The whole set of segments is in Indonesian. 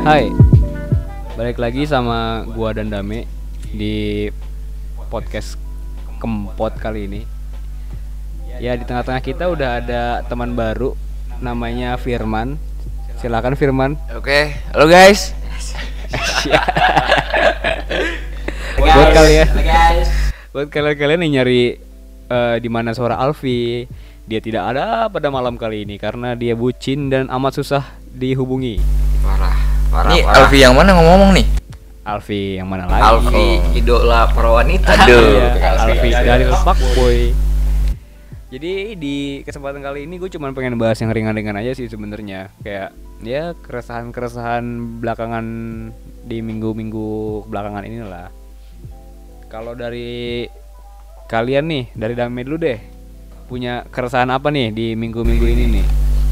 Hai, balik lagi sama gua dan Dame di podcast Kempot kali ini. Ya, di tengah-tengah kita udah ada teman baru namanya Firman. Silakan Firman. Oke, halo guys. Buat kalian yang nyari di mana suara Alfi, dia tidak ada pada malam kali ini karena dia bucin dan amat susah dihubungi. Parah. Ini Parah. Alfi yang mana ngomong nih? Alfi yang mana lagi? Alfi, idola para wanita. Aduh. Iya, Alfi dari Fuckboy. Jadi di kesempatan kali ini gue cuma pengen bahas yang ringan-ringan aja sih sebenarnya. Kayak ya keresahan-keresahan belakangan di minggu-minggu belakangan ini lah. Kalau dari kalian nih, dari Dame dulu deh, punya keresahan apa nih di minggu-minggu ini nih?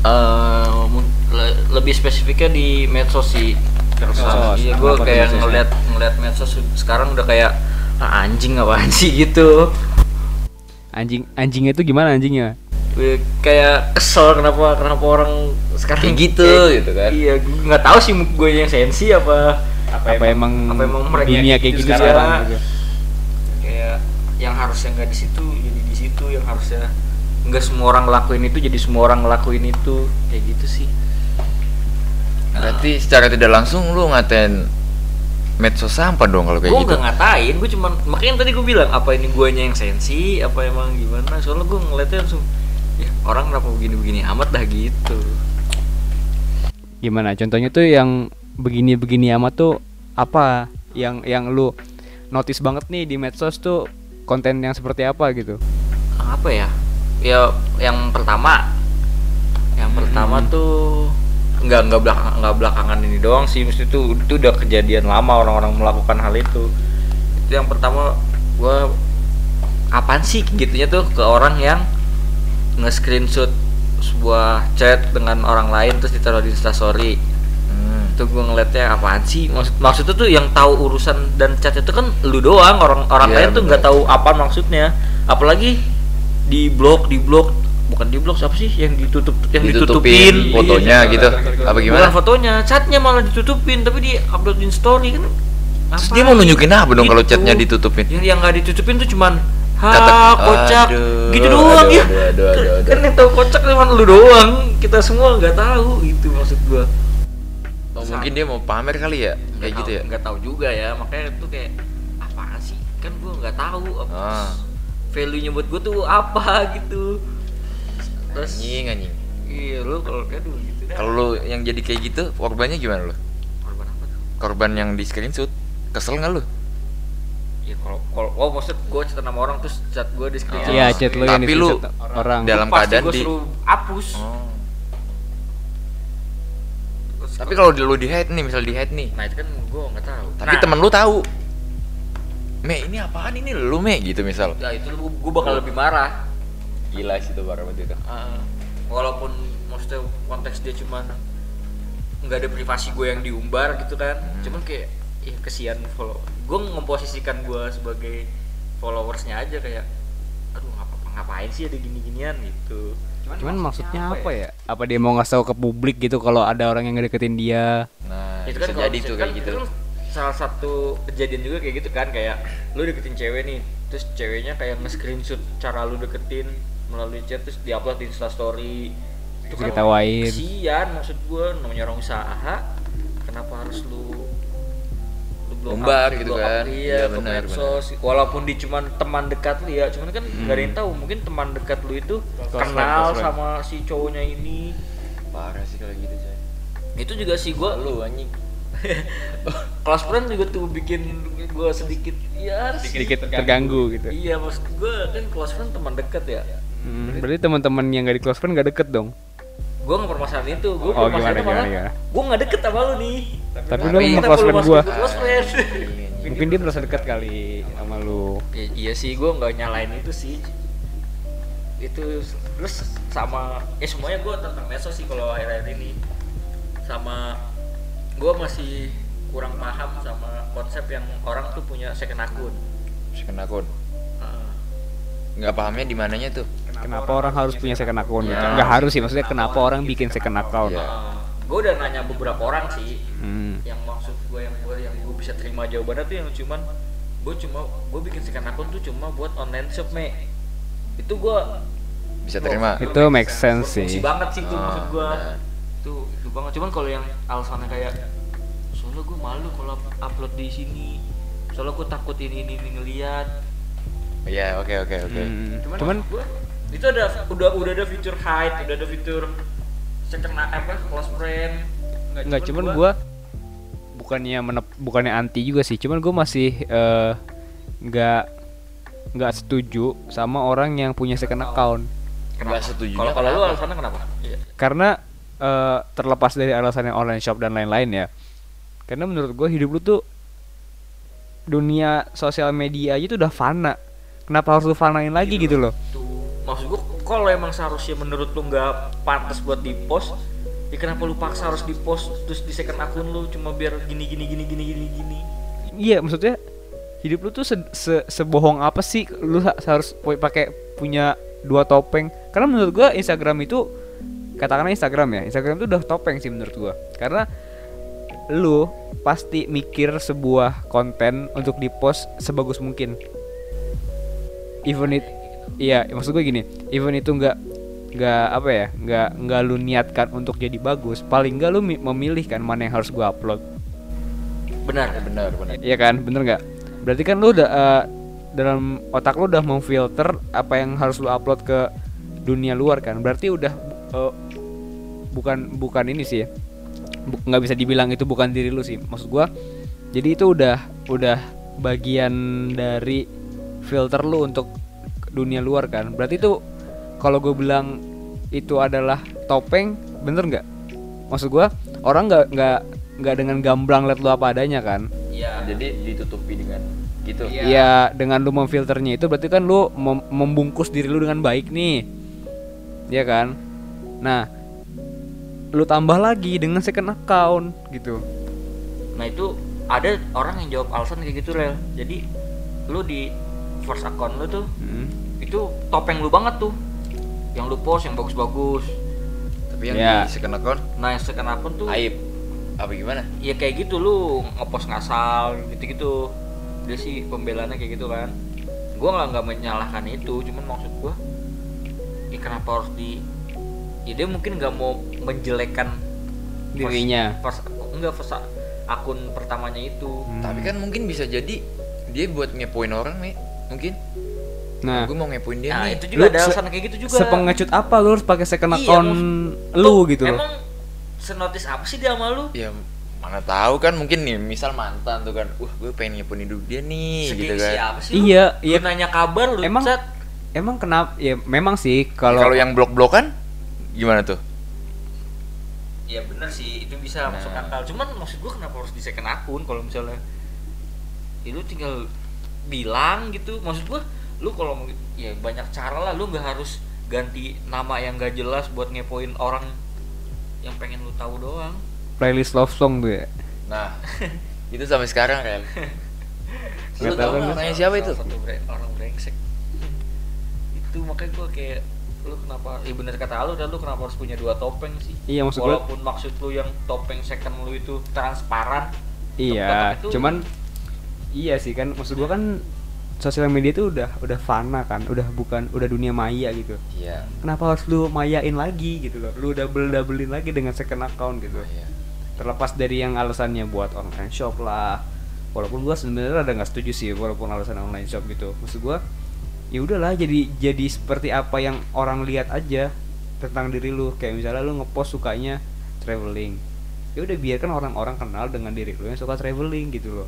Lebih spesifiknya di medsos sih. Medsos. Iya, gue Apa tuh kayak medsosnya? ngeliat medsos sekarang udah kayak anjing apaan sih gitu. Anjingnya itu gimana anjingnya? Kayak kesel kenapa orang sekarang Kayak gitu, gitu kan. Iya, gue nggak tahu sih gue yang sensi apa Emang mereka dunia kayak gitu sekarang gitu? Kayak yang harusnya nggak di situ jadi di situ, yang harusnya nggak semua orang ngelakuin itu jadi semua orang ngelakuin itu, kayak gitu sih. Berarti secara tidak langsung lu ngatain medsos sampah dong kalau kayak Gue gitu. nggak ngatain, gue cuman makanya tadi gue bilang apa ini guanya yang sensi apa emang gimana, soalnya gue ngeliatnya langsung ya orang kenapa begini amat dah gitu. Gimana contohnya tuh yang begini amat tuh apa yang lu notice banget nih di medsos tuh, konten yang seperti apa gitu? Apa ya yang pertama tuh nggak belakangan ini doang sih, mesti itu udah kejadian lama orang-orang melakukan hal itu. Yang pertama gua apaan sih gitunya tuh ke orang yang nge-screenshot sebuah chat dengan orang lain terus ditaruh di Instastory. Tuh gue ngeliatnya apaan sih, maksudnya tuh yang tahu urusan dan chat itu kan lu doang, orang Iya, lain tuh nggak tahu apa maksudnya, apalagi di blog bukan di blog, apa sih yang ditutupin fotonya gitu. Apa bukan gimana? fotonya, chatnya malah ditutupin tapi di uploadin story kan. Terus dia mau nunjukin apa dong kalau Gitu. chatnya ditutupin? Yang nggak ditutupin tuh cuman Kata- kocak aduh, gitu doang ya. aduh. Kan yang tahu kocak cuma lu doang, kita semua nggak tahu itu maksud gua. Oh, mungkin dia mau pamer kali ya, kayak gitu ya. Nggak tahu juga ya, makanya tuh kayak apaan sih, kan gua nggak tahu value-nya buat gua tuh apa gitu. Terus Anjing. iya, lu kalau kayak dulu gitu dah. Kalau lu yang jadi kayak gitu, korbannya gimana lu? Korban apa tuh? Korban yang di screenshot, kesel nggak lu? Ya kalau maksud gue chat sama orang terus chat gue di screenshot. Iya, chat lu yang Tapi lu di-screenshot orang. dalam Pasti keadaan gue di suruh hapus. Oh. Terus Tapi kalau lu di hide nih, misal di hide nih. nah itu kan gue nggak tahu. Tapi temen lu tahu. Me, ini apaan ini lu, Me? Gitu misal. Ya itu gue bakal lebih marah. Gila sih itu parah banget itu. Walaupun maksudnya konteks dia cuman nggak ada privasi gue yang diumbar gitu kan, cuman kayak ya kesian follow. Gue memposisikan gue sebagai followersnya aja kayak, aduh ngapain sih ada gini-ginian gitu. Cuman maksudnya apa ya? Apa dia mau ngasih tahu ke publik gitu kalau ada orang yang ngedeketin dia? Nah, Itu bisa kan jadi tuh kayak gitu. Itu kan salah satu kejadian juga kayak gitu kan, kayak lu deketin cewek nih, terus ceweknya kayak nge-screenshot cara lu deketin melalui chat terus diupload di Instastory. Itu kan Diketawain. kesian, maksud gua namanya orang usaha, kenapa harus lu blow Umbar up, gitu blow kan. up, Iya, ke benar, medsos. Walaupun di cuman teman dekat lu ya, cuman kan nggak ada yang tahu, mungkin teman dekat lu itu kenal close friend. sama si cowoknya ini. Parah sih kalau gitu, coy. Itu juga sih gua Lu anjing. kelas friend juga tuh bikin gue sedikit Sedikit terganggu gitu. Iya, maksud gue kan close friend teman dekat ya. Berarti teman-teman yang gak di close friend gak deket dong? Gue nggak permasalahan itu, gue Oh, permasalahan gimana? gue nggak deket sama lu nih. Tapi lu Tapi sama kenapa close lu friend masuk gua. ke close friend? Mungkin dia merasa dekat kali sama lu. Iya sih, gue nggak nyalain itu sih. Itu terus sama semuanya gue tentang medsos sih kalau akhir-akhir ini. Sama gue masih kurang paham sama konsep yang orang tuh punya second akun. Second akun. Heeh. Nggak pahamnya di mananya tuh? Kenapa orang harus punya second account gitu? Ya. Nggak harus sih, maksudnya kenapa orang bikin second account? Ya. gue udah nanya beberapa orang sih. Hmm. Yang maksud gue yang gue bisa terima jawabannya tuh yang gue bikin second akun tuh cuma buat online shop itu gue Bisa terima. Itu make sense berfungsi sih. banget sih tuh maksud gue benar. itu banget. Cuman kalau yang alasannya kayak soalnya gue malu kalau upload di sini, soalnya gue takut ini ngeliat. Iya, oke. Cuman gua, itu udah ada fitur hide, udah ada fitur second close friend. Enggak, cuman gue bukannya anti juga sih, cuman gue masih nggak setuju sama orang yang punya second account. Nggak setujunya Kalau lu kenapa? alasannya kenapa? Iya. Karena terlepas dari alasannya online shop dan lain-lain ya, karena menurut gue hidup lu tuh dunia sosial media aja tuh udah fana. Kenapa harus lu fanain lagi gitu loh? Tuh, maksud gua kalau emang seharusnya menurut lu nggak pantas buat di post, ya kenapa lu paksa harus di post terus di second akun lu cuma biar gini. Iya, maksudnya hidup lu tuh sebohong apa sih lu harus pakai punya 2 topeng? Karena menurut gua Instagram itu, katakanlah Instagram itu udah topeng sih menurut gua. Karena lu pasti mikir sebuah konten untuk di-post sebagus mungkin. Even it, iya maksud gue gini, even itu nggak lu niatkan untuk jadi bagus, paling nggak lu memilih kan mana yang harus gue upload. Benar. Iya kan, bener nggak? Berarti kan lu udah dalam otak lu udah memfilter apa yang harus lu upload ke dunia luar kan. Berarti udah bukan ini sih, nggak bisa dibilang itu bukan diri lu sih. Maksud gue, jadi itu udah bagian dari filter lu untuk dunia luar kan. Berarti itu kalau gue bilang itu adalah topeng, bener nggak? Maksud gue orang nggak dengan gamblang liat lu apa adanya kan. Iya. Jadi ditutupi dengan gitu. Iya. Iya, dengan lu memfilternya itu berarti kan lu membungkus diri lu dengan baik nih. Iya kan? Nah, lu tambah lagi dengan second account gitu. Nah itu ada orang yang jawab alasan kayak gitu Rel. Jadi lu di first account lu tuh itu topeng lu banget tuh, yang lu post yang bagus-bagus. Tapi yang Ya. di second account Nah yang second akun tuh aib apa gimana? ya kayak gitu, lu ngepost ngasal gitu-gitu. Dia sih pembelaannya kayak gitu kan. Gua nggak menyalahkan itu, cuman maksud gua ya kenapa harus ya dia mungkin nggak mau menjelekkan Dirinya. first akun pertamanya itu. Tapi kan mungkin bisa jadi dia buat ngepoin orang nih, mungkin. Nah, Gue mau ngepoin dia Nah nih. itu juga Lu ada alasan kayak gitu juga. sepengecut apa lu harus pakai second Iya, account lu gitu loh. Emang senotis apa sih dia sama lu? Ya mana tahu kan, mungkin nih misal mantan tuh kan, gue pengen ngepoin hidup dia nih gitu Segengsi kan. apa sih Iya, lu? iya. Lu nanya kabar lu Emang chat. Emang kenapa? Ya memang sih Kalau kalau yang blok-blokan gimana tuh? Ya bener sih, itu bisa masuk akal. Cuman maksud gua kenapa harus di second akun kalau misalnya ya lu tinggal bilang gitu. Maksud gua lu kalau mau ya banyak cara lah, lu nggak harus ganti nama yang gak jelas buat ngepoin orang yang pengen lu tahu doang. playlist love song tuh ya. Nah, itu sampai sekarang kan. Lu Nggak tahu tahu kan, namanya siapa itu? Salah satu orang brengsek. Itu makanya gua kayak lu kenapa, ya bener kata lu kenapa harus punya 2 topeng sih? Iya, maksud gua- walaupun maksud lu yang topeng second lu itu transparan. Iya, tetap itu- cuman iya sih kan, maksud gua kan sosial media itu udah fana kan, udah dunia maya gitu. Iya. Kenapa harus lu mayain lagi gitu loh? Lu double-doublein lagi dengan second account gitu. Iya. Terlepas dari yang alasannya buat online shop lah. Walaupun gua sebenarnya ada nggak setuju sih walaupun alasan online shop gitu. Maksud gua ya udahlah, jadi seperti apa yang orang lihat aja tentang diri lu. Kayak misalnya lu ngepost sukanya traveling, ya udah biarkan orang-orang kenal dengan diri lu yang suka traveling gitu loh.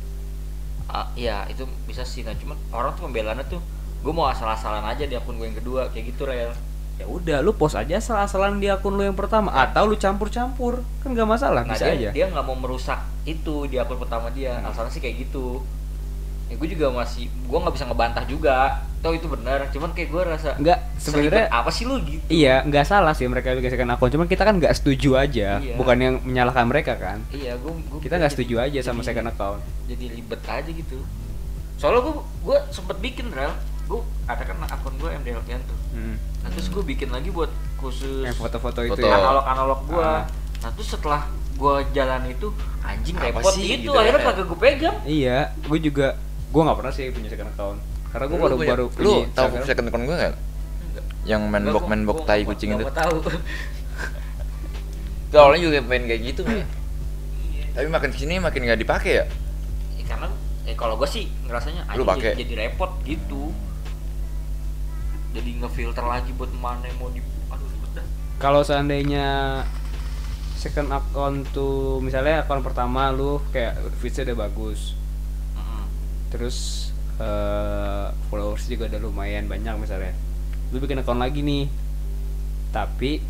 Iya itu bisa sih. Nah cuman orang tuh pembelaannya tuh gue mau asal-asalan aja di akun gue yang kedua kayak gitu Rel. Ya udah lu post aja asal-asalan di akun lu yang pertama atau lu campur-campur kan nggak masalah, Nah bisa dia aja. nggak mau merusak itu di akun pertama dia. Alasannya sih kayak gitu. Ya gue juga gue nggak bisa ngebantah juga. Tau itu benar. Cuman kayak gue rasa Nggak, sebenarnya selibet apa sih lu gitu. iya nggak salah sih mereka bikin akun, cuman kita kan nggak setuju aja, Iya. bukan yang menyalahkan mereka kan. Iya gue Kita nggak setuju aja sama second account. Jadi ribet aja gitu. Soalnya gue sempet bikin Rel. Gue ada kan akun gue MDLPN tuh. Nah terus gue bikin lagi buat khusus Yang foto-foto itu Foto. ya. analog gue. Ah. Nah terus setelah gue jalan itu anjing Apa repot sih itu gitu akhirnya ya? kagak gue pegang. Iya, gue nggak pernah sih punya second account karena gue baru punya- baru lu punya tahu Instagram. second account gue nggak? Yang Enggak, menbok gua tai nggak- kucing nggak itu. gua tahu. Awalnya juga pengen kayak gitu nih. Tapi makin kesini makin nggak dipakai ya. Ya, karena kalau gue sih ngerasanya Lu anjing pakai? jadi repot gitu. Jadi ngefilter lagi buat mana yang mau di aduh ribet dah. Kalau seandainya second account tuh misalnya account pertama lu kayak feeds-nya udah bagus, Mm-mm. terus followers juga udah lumayan banyak misalnya, lu bikin account lagi nih, tapi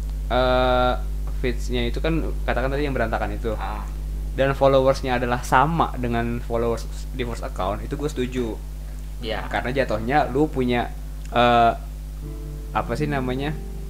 feeds-nya itu kan katakan tadi yang berantakan itu, Ah, dan followersnya adalah sama dengan followers di first account, itu gue setuju. iya. Karena jatuhnya lu punya apa sih namanya,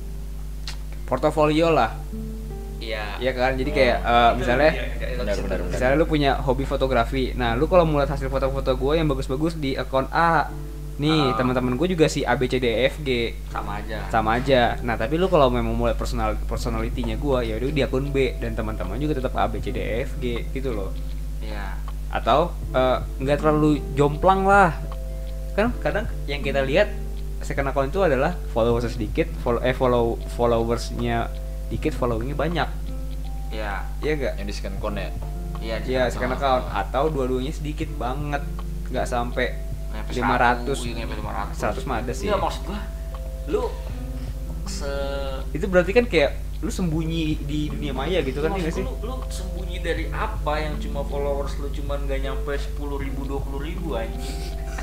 portofolio lah, Iya. ya kan. Jadi kayak misalnya Benar. misalnya lu punya hobi fotografi, nah lu kalau mau lihat hasil foto-foto gue yang bagus-bagus di akun A nih, teman-teman gue juga si A B C D E F G Sama aja. nah tapi lu kalau memang mulai personalitinya gue, ya udah di akun B, dan teman-teman juga tetap A B C D E F G gitu loh. Iya. Atau nggak terlalu jomplang lah, kan kadang yang kita lihat second account itu adalah followersnya sedikit, followersnya dikit, followingnya banyak, Iya. iya gak? Yang di second account ya. Iya, Iya, second account, atau dua-duanya sedikit banget, nggak sampai 500. 100 mah ada sih. Iya, maksud gua lu se Itu berarti kan kayak lu sembunyi di dunia maya gitu kan, iya nggak sih? lu sembunyi dari apa yang cuma followers lu cuman gak nyampe 10.000 20.000 anjing.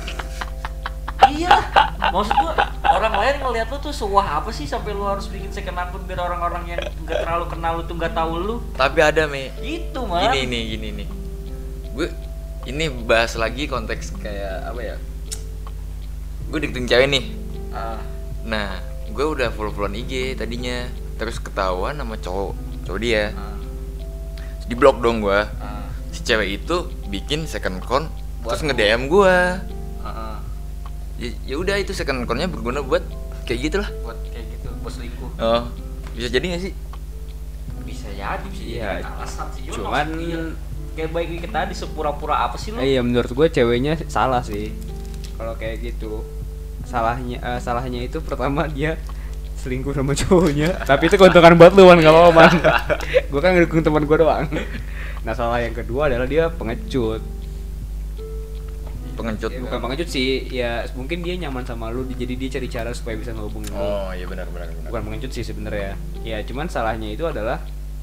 Iya, maksud gua orang lain ngeliat lu tuh sewah apa sih sampai lu harus bikin second akun biar orang-orang yang nggak terlalu kenal lu tuh nggak tahu lu. Tapi ada Me. Itu mah. Gini nih. Gue ini bahas lagi konteks kayak apa ya? Gue deketin cewek nih. Ah, Nah, gue udah follow-followan IG tadinya, terus ketahuan sama cowok dia. ah, Di blok dong gue. ah, Si cewek itu bikin second account Buat terus lu. nge-DM gue. ah. Ya udah itu second account-nya berguna buat kayak gitulah. Buat kayak gitu, buat selingkuh. Oh, bisa jadi gak sih? Bisa jadi sih. Iya, jadi alasan sih. cuman kayak baik kita di sepura-pura apa sih lu? Iya, menurut gue ceweknya salah sih kalau kayak gitu. Salahnya itu pertama dia selingkuh sama cowoknya, tapi itu keuntungan buat lu kan, nggak apa-apa man. Gue kan ngedukung teman gue doang. Nah, salah yang kedua adalah dia pengecut. Pengecut. Ya, bukan pengecut sih, ya mungkin dia nyaman sama lu, jadi dia cari cara supaya bisa ngehubungin lu. Oh, iya benar. Bukan pengecut sih sebenarnya. Ya cuman salahnya itu adalah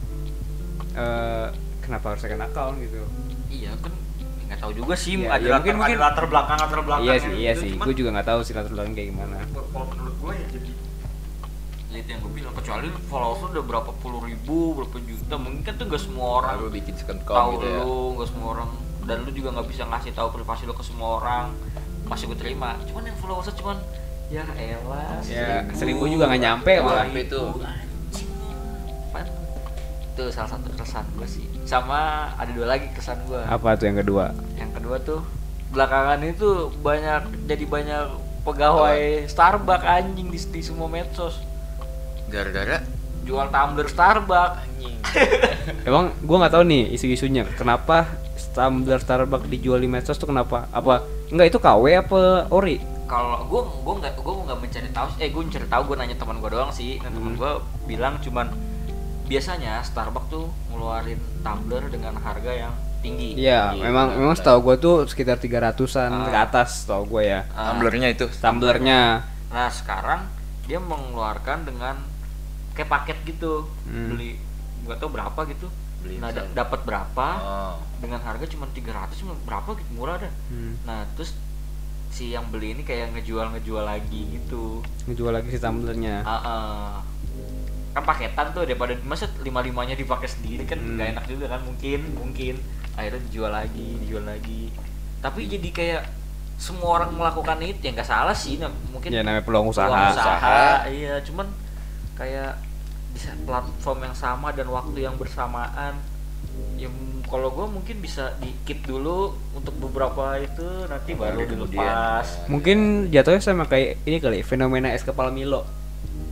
kenapa harus second account gitu. Iya kan nggak tahu juga sih, Iya, ada iya, latar, mungkin- ada latar belakang Iya sih, cuman gue juga nggak tahu sih latar belakang kayak gimana. kalau menurut gue ya jadi lihat yang gue bilang, kecuali followers lu udah berapa puluh ribu, berapa juta, mungkin kan tuh gak semua orang Baru bikin second tahu account gitu ya. lu, gak semua orang, dan lu juga nggak bisa ngasih tahu privasi lu ke semua orang, masih gue terima. Cuman yang followersnya cuman ya elah, Ya, 1000 juga nggak nyampe malah. Nyampe tuh. Anjing. Apaan? Itu salah satu keresahan gue sih. Sama ada dua lagi keresahan gue. Apa tuh yang kedua? Yang kedua tuh belakangan itu jadi banyak pegawai Starbucks anjing di semua medsos. Gara-gara Jual tumbler Starbucks. anjing. Emang gue nggak tahu nih isu-isunya. Kenapa tumbler Starbucks dijual di medsos tuh kenapa? Apa enggak itu KW apa ori? Kalau gue nggak mencari tahu, gue mencari tahu, gue nanya teman gue doang sih. Nah, teman gue bilang cuman biasanya Starbucks tuh ngeluarin tumbler dengan harga yang tinggi. Iya, Iya, memang benar. setahu gue tuh sekitar 300-an ke atas setahu gue ya. Tumblernya itu. Tumblernya. Nah sekarang dia mengeluarkan dengan kayak paket gitu, beli nggak tahu berapa gitu. Beli Nah misalnya. dapat berapa Oh. dengan harga cuma 300 berapa gitu, murah dah. Nah terus si yang beli ini kayak ngejual lagi gitu. Ngejual lagi si tumblernya. Kan paketan tuh, daripada masa 5-5-nya dipakai sendiri kan nggak enak juga kan, mungkin akhirnya dijual lagi. Tapi jadi kayak semua orang melakukan itu ya nggak salah sih, mungkin Ya namanya peluang usaha. peluang usaha. Iya, cuman kayak di platform yang sama dan waktu yang bersamaan. Ya kalau gue mungkin bisa di keep dulu untuk beberapa itu, nanti baru dilepas. Mungkin jatuhnya sama kayak ini kali, fenomena es kepal Milo.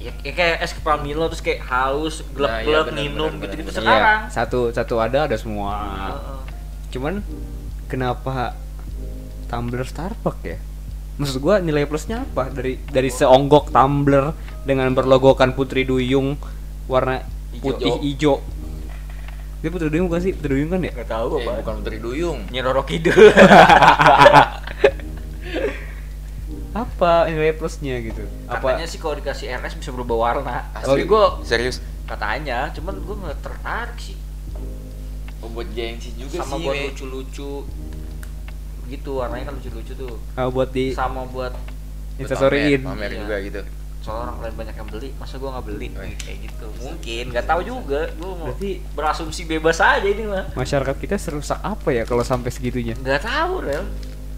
ya kayak es kepal Milo terus kayak haus, glek-glek, bener, minum bener, gitu-gitu bener. sekarang. Iya, satu ada semua. Heeh. Cuman kenapa tumbler Starbucks ya? Maksud gua nilai plusnya apa dari seonggok tumbler dengan berlogokan Putri Duyung warna putih hijau. Dia Putri Duyung bukan sih? Putri Duyung kan ya? Enggak tahu apa. Bukan Putri Duyung. Nyi Roro Kidul. Apa nilai plusnya gitu? Apa? Katanya sih kalau dikasih RS bisa berubah warna. Asli. Tapi gua Serius. katanya, cuman gua enggak tertarik sih. Buat gengsi juga Sama sih. buat Wei. lucu-lucu gitu, warnanya kan lucu-lucu tuh. Buat di Sama buat instastoryin. Pamer Iya. juga gitu. soal orang lain banyak yang beli, masa gua nggak beli? Wih. Kayak gitu. Mungkin, nggak tahu juga. Gua mau Berarti- berasumsi bebas aja ini mah. Masyarakat kita serusak apa ya kalau sampai segitunya? Nggak tahu, Rel.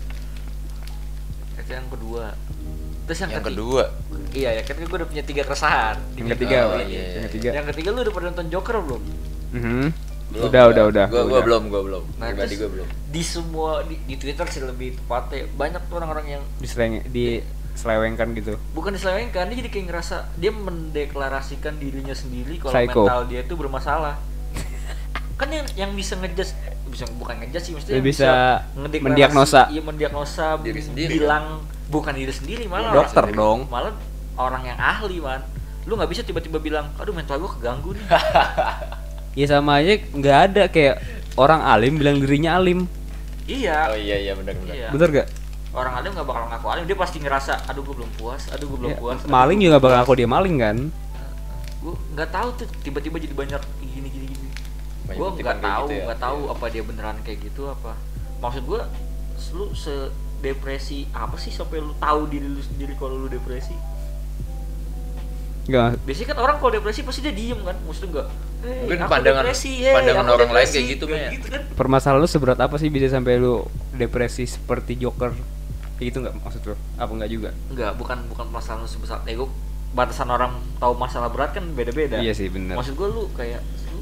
Itu yang kedua. Terus yang, Yang ketiga. kedua. Iya ya, kan gue udah punya 3 keresahan. Yang ketiga, Oh, apa? iya. Yang ketiga. Yang ketiga lu udah pernah nonton Joker belum? Mhm. Belum, Udah. Gua Udah. belum. Nah, Pribadi terus gua belum. Di semua di Twitter sih lebih tepatnya banyak tuh orang-orang yang Diselewengkan gitu. bukan diselewengkan, dia jadi kayak ngerasa dia mendeklarasikan dirinya sendiri kalau Psycho. mental dia itu bermasalah. Kan yang bisa ngejudge, bukan ngejudge sih, maksudnya Dia yang bisa ngedeklarasi- mendiagnosa. iya mendiagnosa Diri sendiri, bilang bukan diri sendiri malah Dokter orang- dong. malah orang yang ahli man. Lu nggak bisa tiba-tiba bilang aduh mental gua keganggu nih. Ya sama aja nggak ada kayak orang alim bilang dirinya alim. Iya. Oh iya benar. Iya. Bener gak? Orang alim nggak bakal ngaku alim, dia pasti ngerasa aduh gua belum puas, aduh gua belum Ya, puas. maling juga bakal aku dia maling kan? Gue nggak tahu tuh tiba-tiba jadi banyak gini. Banyak Gue kutipan nggak kayak tahu gitu ya. nggak tahu apa dia beneran kayak gitu apa. Maksud gue lu sedepresi apa sih sampai lu tahu diri lu sendiri kalau lu depresi? Enggak. Biasanya kan orang kalau depresi pasti dia diem kan, maksudnya enggak. Mungkin pandangan orang lain kayak gitu, kayak Maya. gitu kan. Permasalahan lu seberat apa sih bisa sampai lu depresi seperti Joker? Kayak gitu nggak maksud lu? Apa enggak juga? Enggak, bukan masalah lu sebesar ego. Batasan orang tahu masalah berat kan beda-beda. Iya sih bener. Maksud gue lu kayak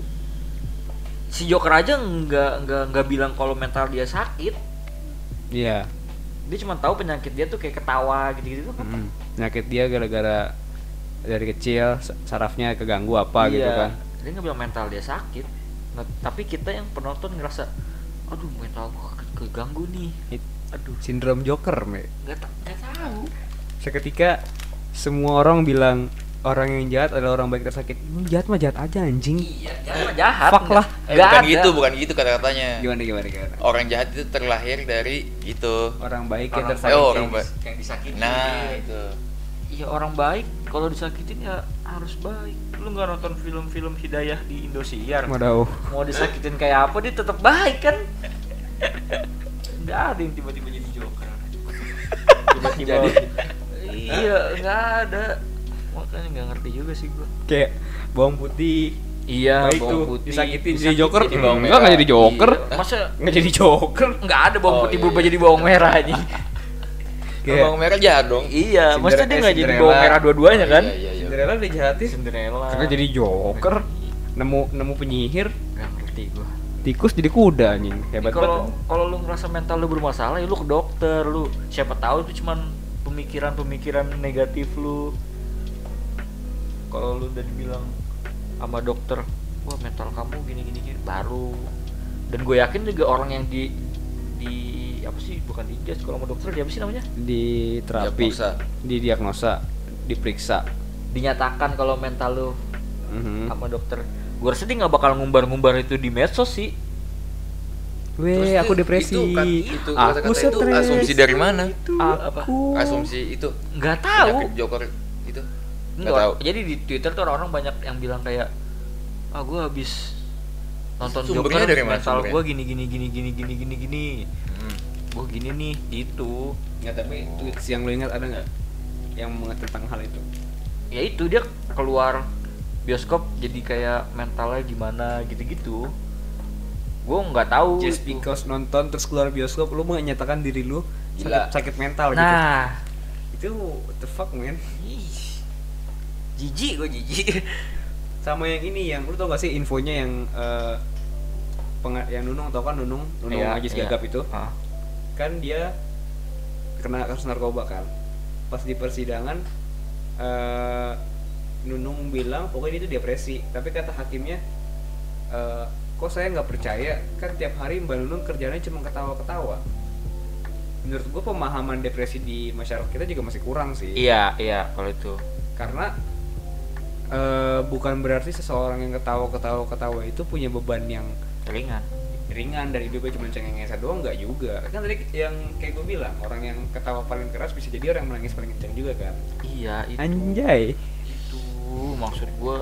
si Joker aja nggak bilang kalau mental dia sakit. Iya. Dia cuma tahu penyakit dia tuh kayak ketawa gitu-gitu kan. Penyakit dia gara-gara dari kecil sarafnya keganggu apa gitu Iya. kan. Dia nggak bilang mental dia sakit. Nah, tapi kita yang penonton ngerasa aduh mental gua keganggu nih. Aduh, Sindrom Joker, Me. nggak tahu. Seketika semua orang bilang orang yang jahat adalah orang baik tersakit. Jahat mah jahat aja anjing. Iya, jangan jahat. Fuck lah. Bukan gitu kata-katanya. Gimana? Orang jahat itu terlahir dari itu. Orang baik yang Orang tersakiti. Oh, orang baik. Kayak disakitin. Nah, itu. Iya, orang baik kalau disakitin ya harus baik. Lu nggak nonton film-film Hidayah di Indosiar? Waduh. Mau disakitin kayak apa dia tetap baik kan? Nggak ada yang tiba-tiba jadi Joker. Tiba-tiba. Iya, nggak ada. Makanya nggak ngerti juga sih gua. Kayak bawang putih. Iya, Baik bawang tuh, putih disakitin jadi Joker. jadi bawang Enggak merah. jadi Joker. Iya, masa Enggak jadi Joker. nggak ada bawang Oh, putih iya, berubah iya. jadi bawang merah aja. Kayak Bawang merah jahat dong. Iya, maksudnya dia nggak jadi Cinderella. bawang merah dua-duanya kan? Iya. Cinderella dijahatin. Cinderella. Karena jadi Joker. Nemu penyihir, Nggak ngerti gua. tikus jadi kuda anjing. Hebat Kalau banget. kalau lu ngerasa mental lu bermasalah ya lu ke dokter lu. Siapa tahu itu cuman pemikiran negatif lu. Kalau lu udah dibilang sama dokter, wah mental kamu gini baru. Dan gue yakin juga orang yang di apa sih bukan di judge kalau sama dokter dia apa sih namanya? Di terapi, Diagnosa. di diagnosa, diperiksa. Dinyatakan kalau mental lu Mhm. sama dokter. Gue rasa dia nggak bakal ngumbar-ngumbar itu di medsos sih. Terus Weh, aku itu- depresi. itu Aku kata-kata itu stres. asumsi dari mana? Aku. Asumsi itu. Nggak tahu. Penyakit Joker itu. Nggak Enggak, tahu. jadi di Twitter tuh orang-orang banyak yang bilang kayak gue habis nonton Sumbernya Joker dari mana mental sumbernya? gue gini Hmm. gue gini nih gitu. Nggak, tapi tweets yang lu ingat ada nggak yang tentang hal itu? Ya itu dia keluar bioskop jadi kayak mentalnya gimana gitu-gitu. Gue nggak tahu. Just itu. because nonton terus keluar bioskop lu menyatakan diri lu Gila. sakit mental gitu. Nah, Itu what the fuck man. ih, jijik gue jijik. Sama yang ini yang lu tau gak sih infonya yang yang Nunung tau kan Nunung Iya, Ajis iya. Gagap itu Ah. kan dia kena kasus narkoba kan. Pas di persidangan Nunung bilang pokoknya dia itu depresi, tapi kata hakimnya kok saya nggak percaya, kan tiap hari Mbak Nunung kerjanya cuma ketawa-ketawa. Menurut gue pemahaman depresi di masyarakat kita juga masih kurang sih. Iya kalau itu. Karena bukan berarti seseorang yang ketawa itu punya beban yang ringan dari hidupnya cuma cengeng-cengeng doang, nggak juga. Kan tadi yang kayak gue bilang, orang yang ketawa paling keras bisa jadi orang yang menangis paling kencang juga kan. Iya itu. Anjay. Itu maksud gue.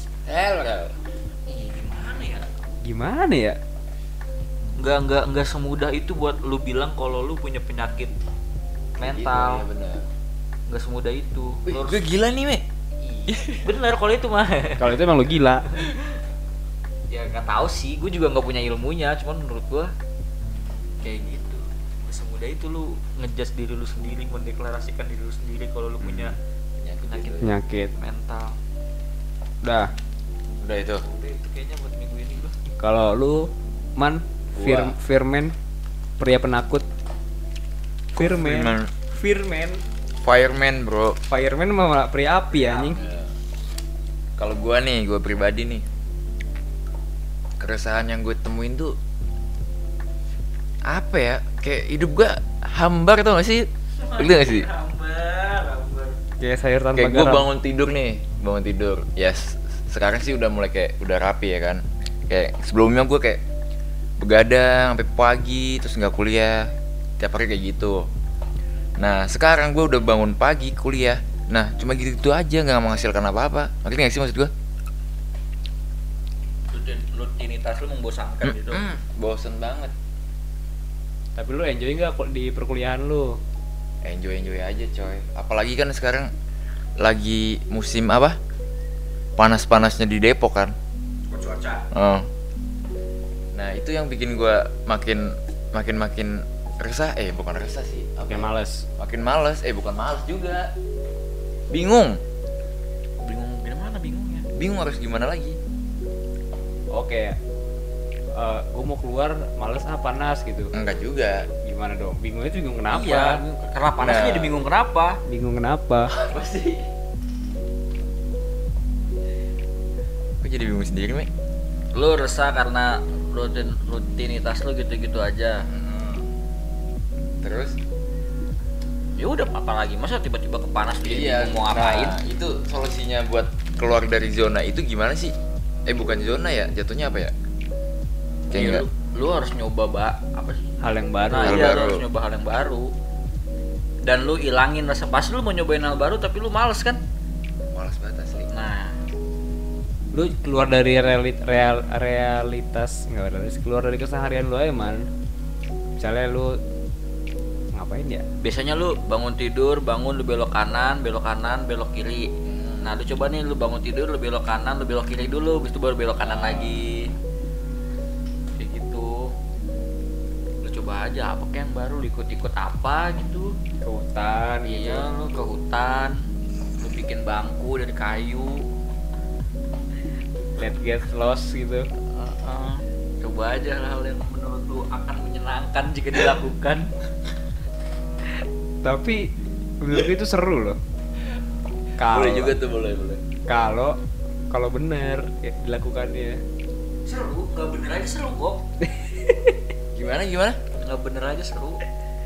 Gimana ya? Nggak semudah itu buat lu bilang kalau lu punya penyakit mental. Gitu, ya bener. Nggak semudah itu. Gue gila nih, Me. Bener kalau itu mah. Kalau itu emang lu gila. Ya nggak tahu sih, gue juga nggak punya ilmunya, cuman menurut gue kayak gitu. Nggak semudah itu lu ngejudge diri lu sendiri, mendeklarasikan diri lu sendiri kalau lu punya Penyakit. mental. Udah itu. Udah itu kayaknya buat minggu ini lu. kalau lu Man Gua. Firman pria penakut. Firman Fireman, bro. Fireman mah pria api anjing. Kalau gue pribadi nih, keresahan yang gue temuin tuh apa ya? Kayak hidup gue hambar, tau gak sih? Bener gak sih? Kayak sayur tanpa Kayak gue garam. bangun tidur. Ya sekarang sih udah mulai kayak udah rapi ya kan. Kayak sebelumnya gue kayak begadang sampai pagi terus nggak kuliah tiap hari kayak gitu. Nah sekarang gue udah bangun pagi kuliah. Nah cuma gitu aja, nggak menghasilkan apa-apa. Ngerti nggak sih maksud gue? Rutinitas lu membosankan gitu. Bosen banget. Tapi lu enjoy nggak di perkuliahan lu? Enjoy aja coy. Apalagi kan sekarang lagi musim apa? Panas-panasnya di Depok kan. Cuaca. Nah itu yang bikin gue makin resah. Bukan resah sih. Oke, males. Makin males. Bukan males juga. Bingung Gimana bingungnya? Bingung harus gimana lagi. Oke. Gue mau keluar males panas gitu. Enggak juga. Gimana dong? Bingungnya tuh bingung kenapa? Iya, karena panasnya Nah. jadi bingung kenapa? Bingung kenapa? Apa sih? Kok jadi bingung sendiri, Me? Lu resah karena rutinitas lu gitu-gitu aja. Terus? Ya udah apa lagi? Masa tiba-tiba kepanas lu jadi mau ngapain? Nah, itu solusinya buat keluar dari zona itu gimana sih? Bukan zona ya, jatuhnya apa ya? Kayak Ya, enggak. lu harus nyoba apa sih? Hal yang baru. Nah, Hal iya, baru. lu harus nyoba hal yang baru. Dan lu ilangin rasa pas lu mau nyobain hal baru tapi lu males kan? Malas banget asli. Nah, Lu keluar dari realitas, keluar dari keseharian lu aja, Man. Misalnya lu ngapain ya? biasanya lu bangun tidur, lu belok kanan, belok kiri. Nah, lu coba nih lu bangun tidur, lu belok kanan, lu belok kiri dulu, habis itu baru belok kanan lagi. Kayak gitu. Lu coba aja apa kayak yang baru, lu ikut apa gitu. Ke hutan gitu. Iya, lu ke hutan, lu bikin bangku dari kayu. Let's get lost gitu. Coba aja hal yang menurut lu akan menyenangkan jika dilakukan. Tapi menurut gue itu seru loh. Boleh juga tuh, boleh. Kalau bener ya, dilakukannya. Seru, nggak bener aja seru kok. Gimana? Nggak bener aja seru.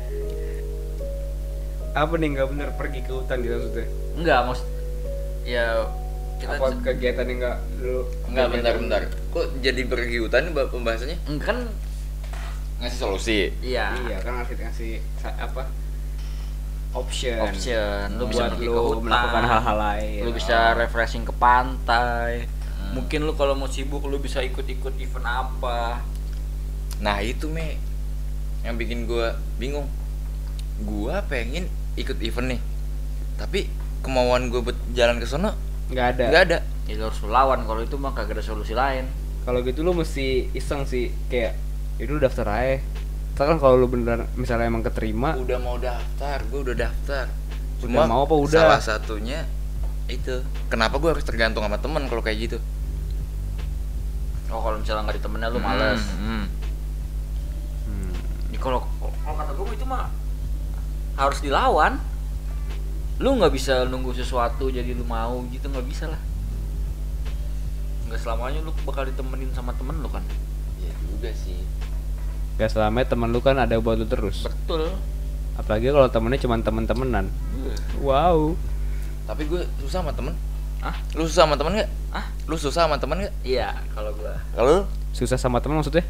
Apa nih nggak bener pergi ke hutan gitu maksudnya? Enggak, ya kita Apa kegiatan yang nggak lu? Enggak, bentar. Kok jadi pergi hutan nih pembahasannya? kan Ngasih solusi. iya Kan ngasih apa? Option. Lu bisa buat pergi lu ke hutan, melakukan hal-hal lain. lu bisa refreshing ke pantai. Mungkin lu kalau mau sibuk lu bisa ikut-ikut event apa. Nah itu, Me, yang bikin gua bingung. Gua pengen ikut event nih, tapi kemauan gua buat jalan ke sono nggak ada. Ya lu harus lawan, kalau itu mah kagak ada solusi lain. Kalau gitu lu mesti iseng sih, kayak itu daftar aja. Ntar kan kalau lu beneran misalnya emang keterima, udah mau daftar, gua udah daftar. Udah mau apa udah? Salah satunya itu, kenapa gua harus tergantung sama temen kalau kayak gitu? Oh, kalau misalnya nggak ditemenin lu males. Kalau kata gue itu mah harus dilawan. lu nggak bisa nunggu sesuatu jadi lu mau gitu, nggak bisa lah. Nggak selamanya lu bakal ditemenin sama temen lu kan. Ya juga sih. Gak selamanya teman lu kan ada buat lu terus. Betul. Apalagi kalau temennya cuma temen-temenan. Wow. Tapi gue susah sama temen. Hah? Lu susah sama temen nggak? Ah, Lu susah sama temen nggak? iya kalau gua. Kalau lu Susah sama temen maksudnya?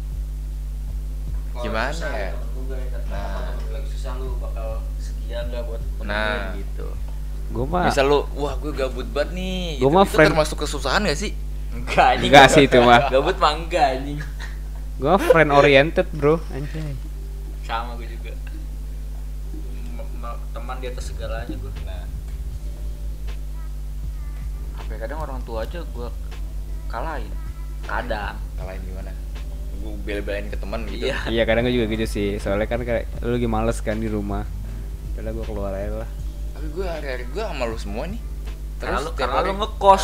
Gimana ya? Nah, lagi susah lu bakal sedia nggak buat temen Nah. gitu. Gue mah misal lu, wah gue gabut banget nih. Gua mah itu friend- termasuk kesusahan gak sih? Enggak, anjing. Enggak sih itu mah. Gabut mah enggak anjing. gue mah friend oriented bro. Anjay. Sama gue juga. Teman di atas segalanya gue. Nah. Sampai kadang orang tua aja gue kalahin. Kadang. Kalahin gimana? Gue bela-belain ke temen gitu. Iya. Iya kadang gue juga gitu sih. Soalnya kan kayak lu lagi males kan di rumah. Udah gue keluar aja lah. Tapi gue hari-hari gue sama lu semua nih. Terus tiap karena hari- lu ngekos.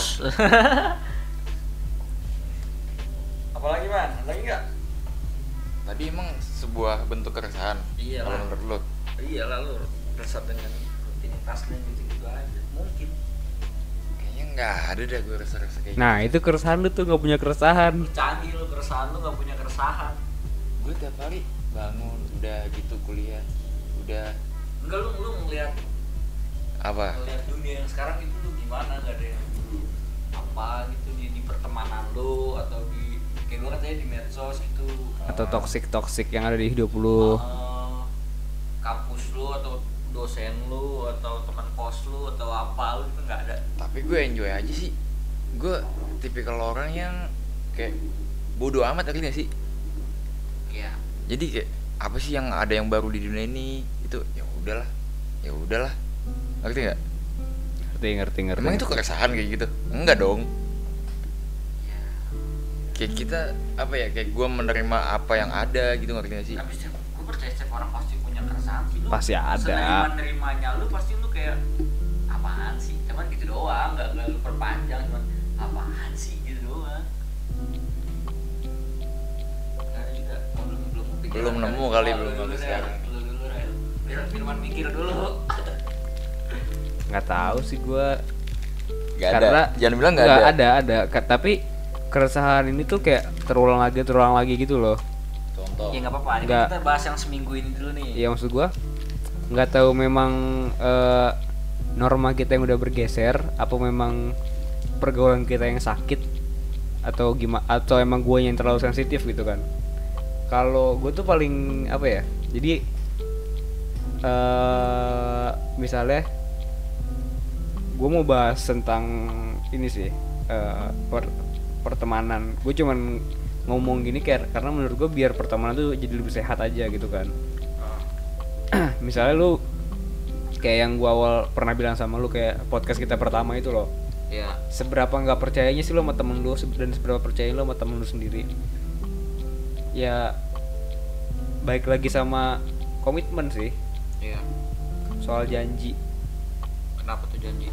Apalagi man? Lagi enggak? Tadi emang sebuah bentuk keresahan. Iya Kalau lah. menurut lu. Iya lah lu resep dengan rutinitasnya gitu-gitu aja. Mungkin. Kayaknya nggak ada dah gue rasa-rasa kayak Nah itu keresahan lu tuh nggak punya keresahan. Lu canggih lu, keresahan lu gak punya keresahan. Gue tiap hari bangun udah gitu kuliah udah Enggak, lu ngeliat apa? dunia yang sekarang itu lu gimana, gak ada yang dulu apa gitu di pertemanan lu atau di kayak lu katanya di medsos gitu. Atau toksik yang ada di hidup lu. Kampus lu atau dosen lu atau teman kos lu atau apa lu itu nggak ada. Tapi gue enjoy aja sih. Gue tipikal orang yang kayak bodoh amat, ngerti gak sih? Iya. Jadi kayak apa sih yang ada yang baru di dunia ini, itu ya udahlah, ngerti nggak? Ngerti. Emang itu keresahan kayak gitu? Enggak dong. Iya. Kayak kita apa ya, kayak gue menerima apa yang ada gitu, ngerti gak sih? Tapi gue percaya setiap orang pasti punya keresahan sih. Lu Pasti ada. Menerimanya lu pasti lu kayak apaan sih? Cuman gitu doang, nggak lu perpanjang, cuman apaan sih gitu doang. Karena juga belum kepikiran Belum nemu kali, Lu belum dulu nemu deh, sekarang. lu dulu deh. Biar Firman mikir dulu. Nggak tahu sih gue. Gak Karena ada. Jangan bilang nggak ada. ada. Tapi keresahan ini tuh kayak terulang lagi gitu loh. Contoh. Ya nggak apa-apa, ini Nggak. kita bahas yang seminggu ini dulu nih. Iya maksud gua nggak tahu memang norma kita yang udah bergeser apa memang pergaulan kita yang sakit atau gimana, atau emang gua yang terlalu sensitif gitu kan. Kalau gua tuh paling apa ya, jadi misalnya gua mau bahas tentang ini sih, pertemanan. Gue cuman ngomong gini kayak karena menurut gue biar pertemanan tuh jadi lebih sehat aja gitu kan. Misalnya lu kayak yang gua awal pernah bilang sama lu kayak podcast kita pertama itu loh, Ya. seberapa nggak percayanya sih lu sama temen lu dan seberapa percaya lu sama temen lu sendiri. Ya baik lagi sama komitmen sih, Iya. soal janji. Kenapa tuh janji?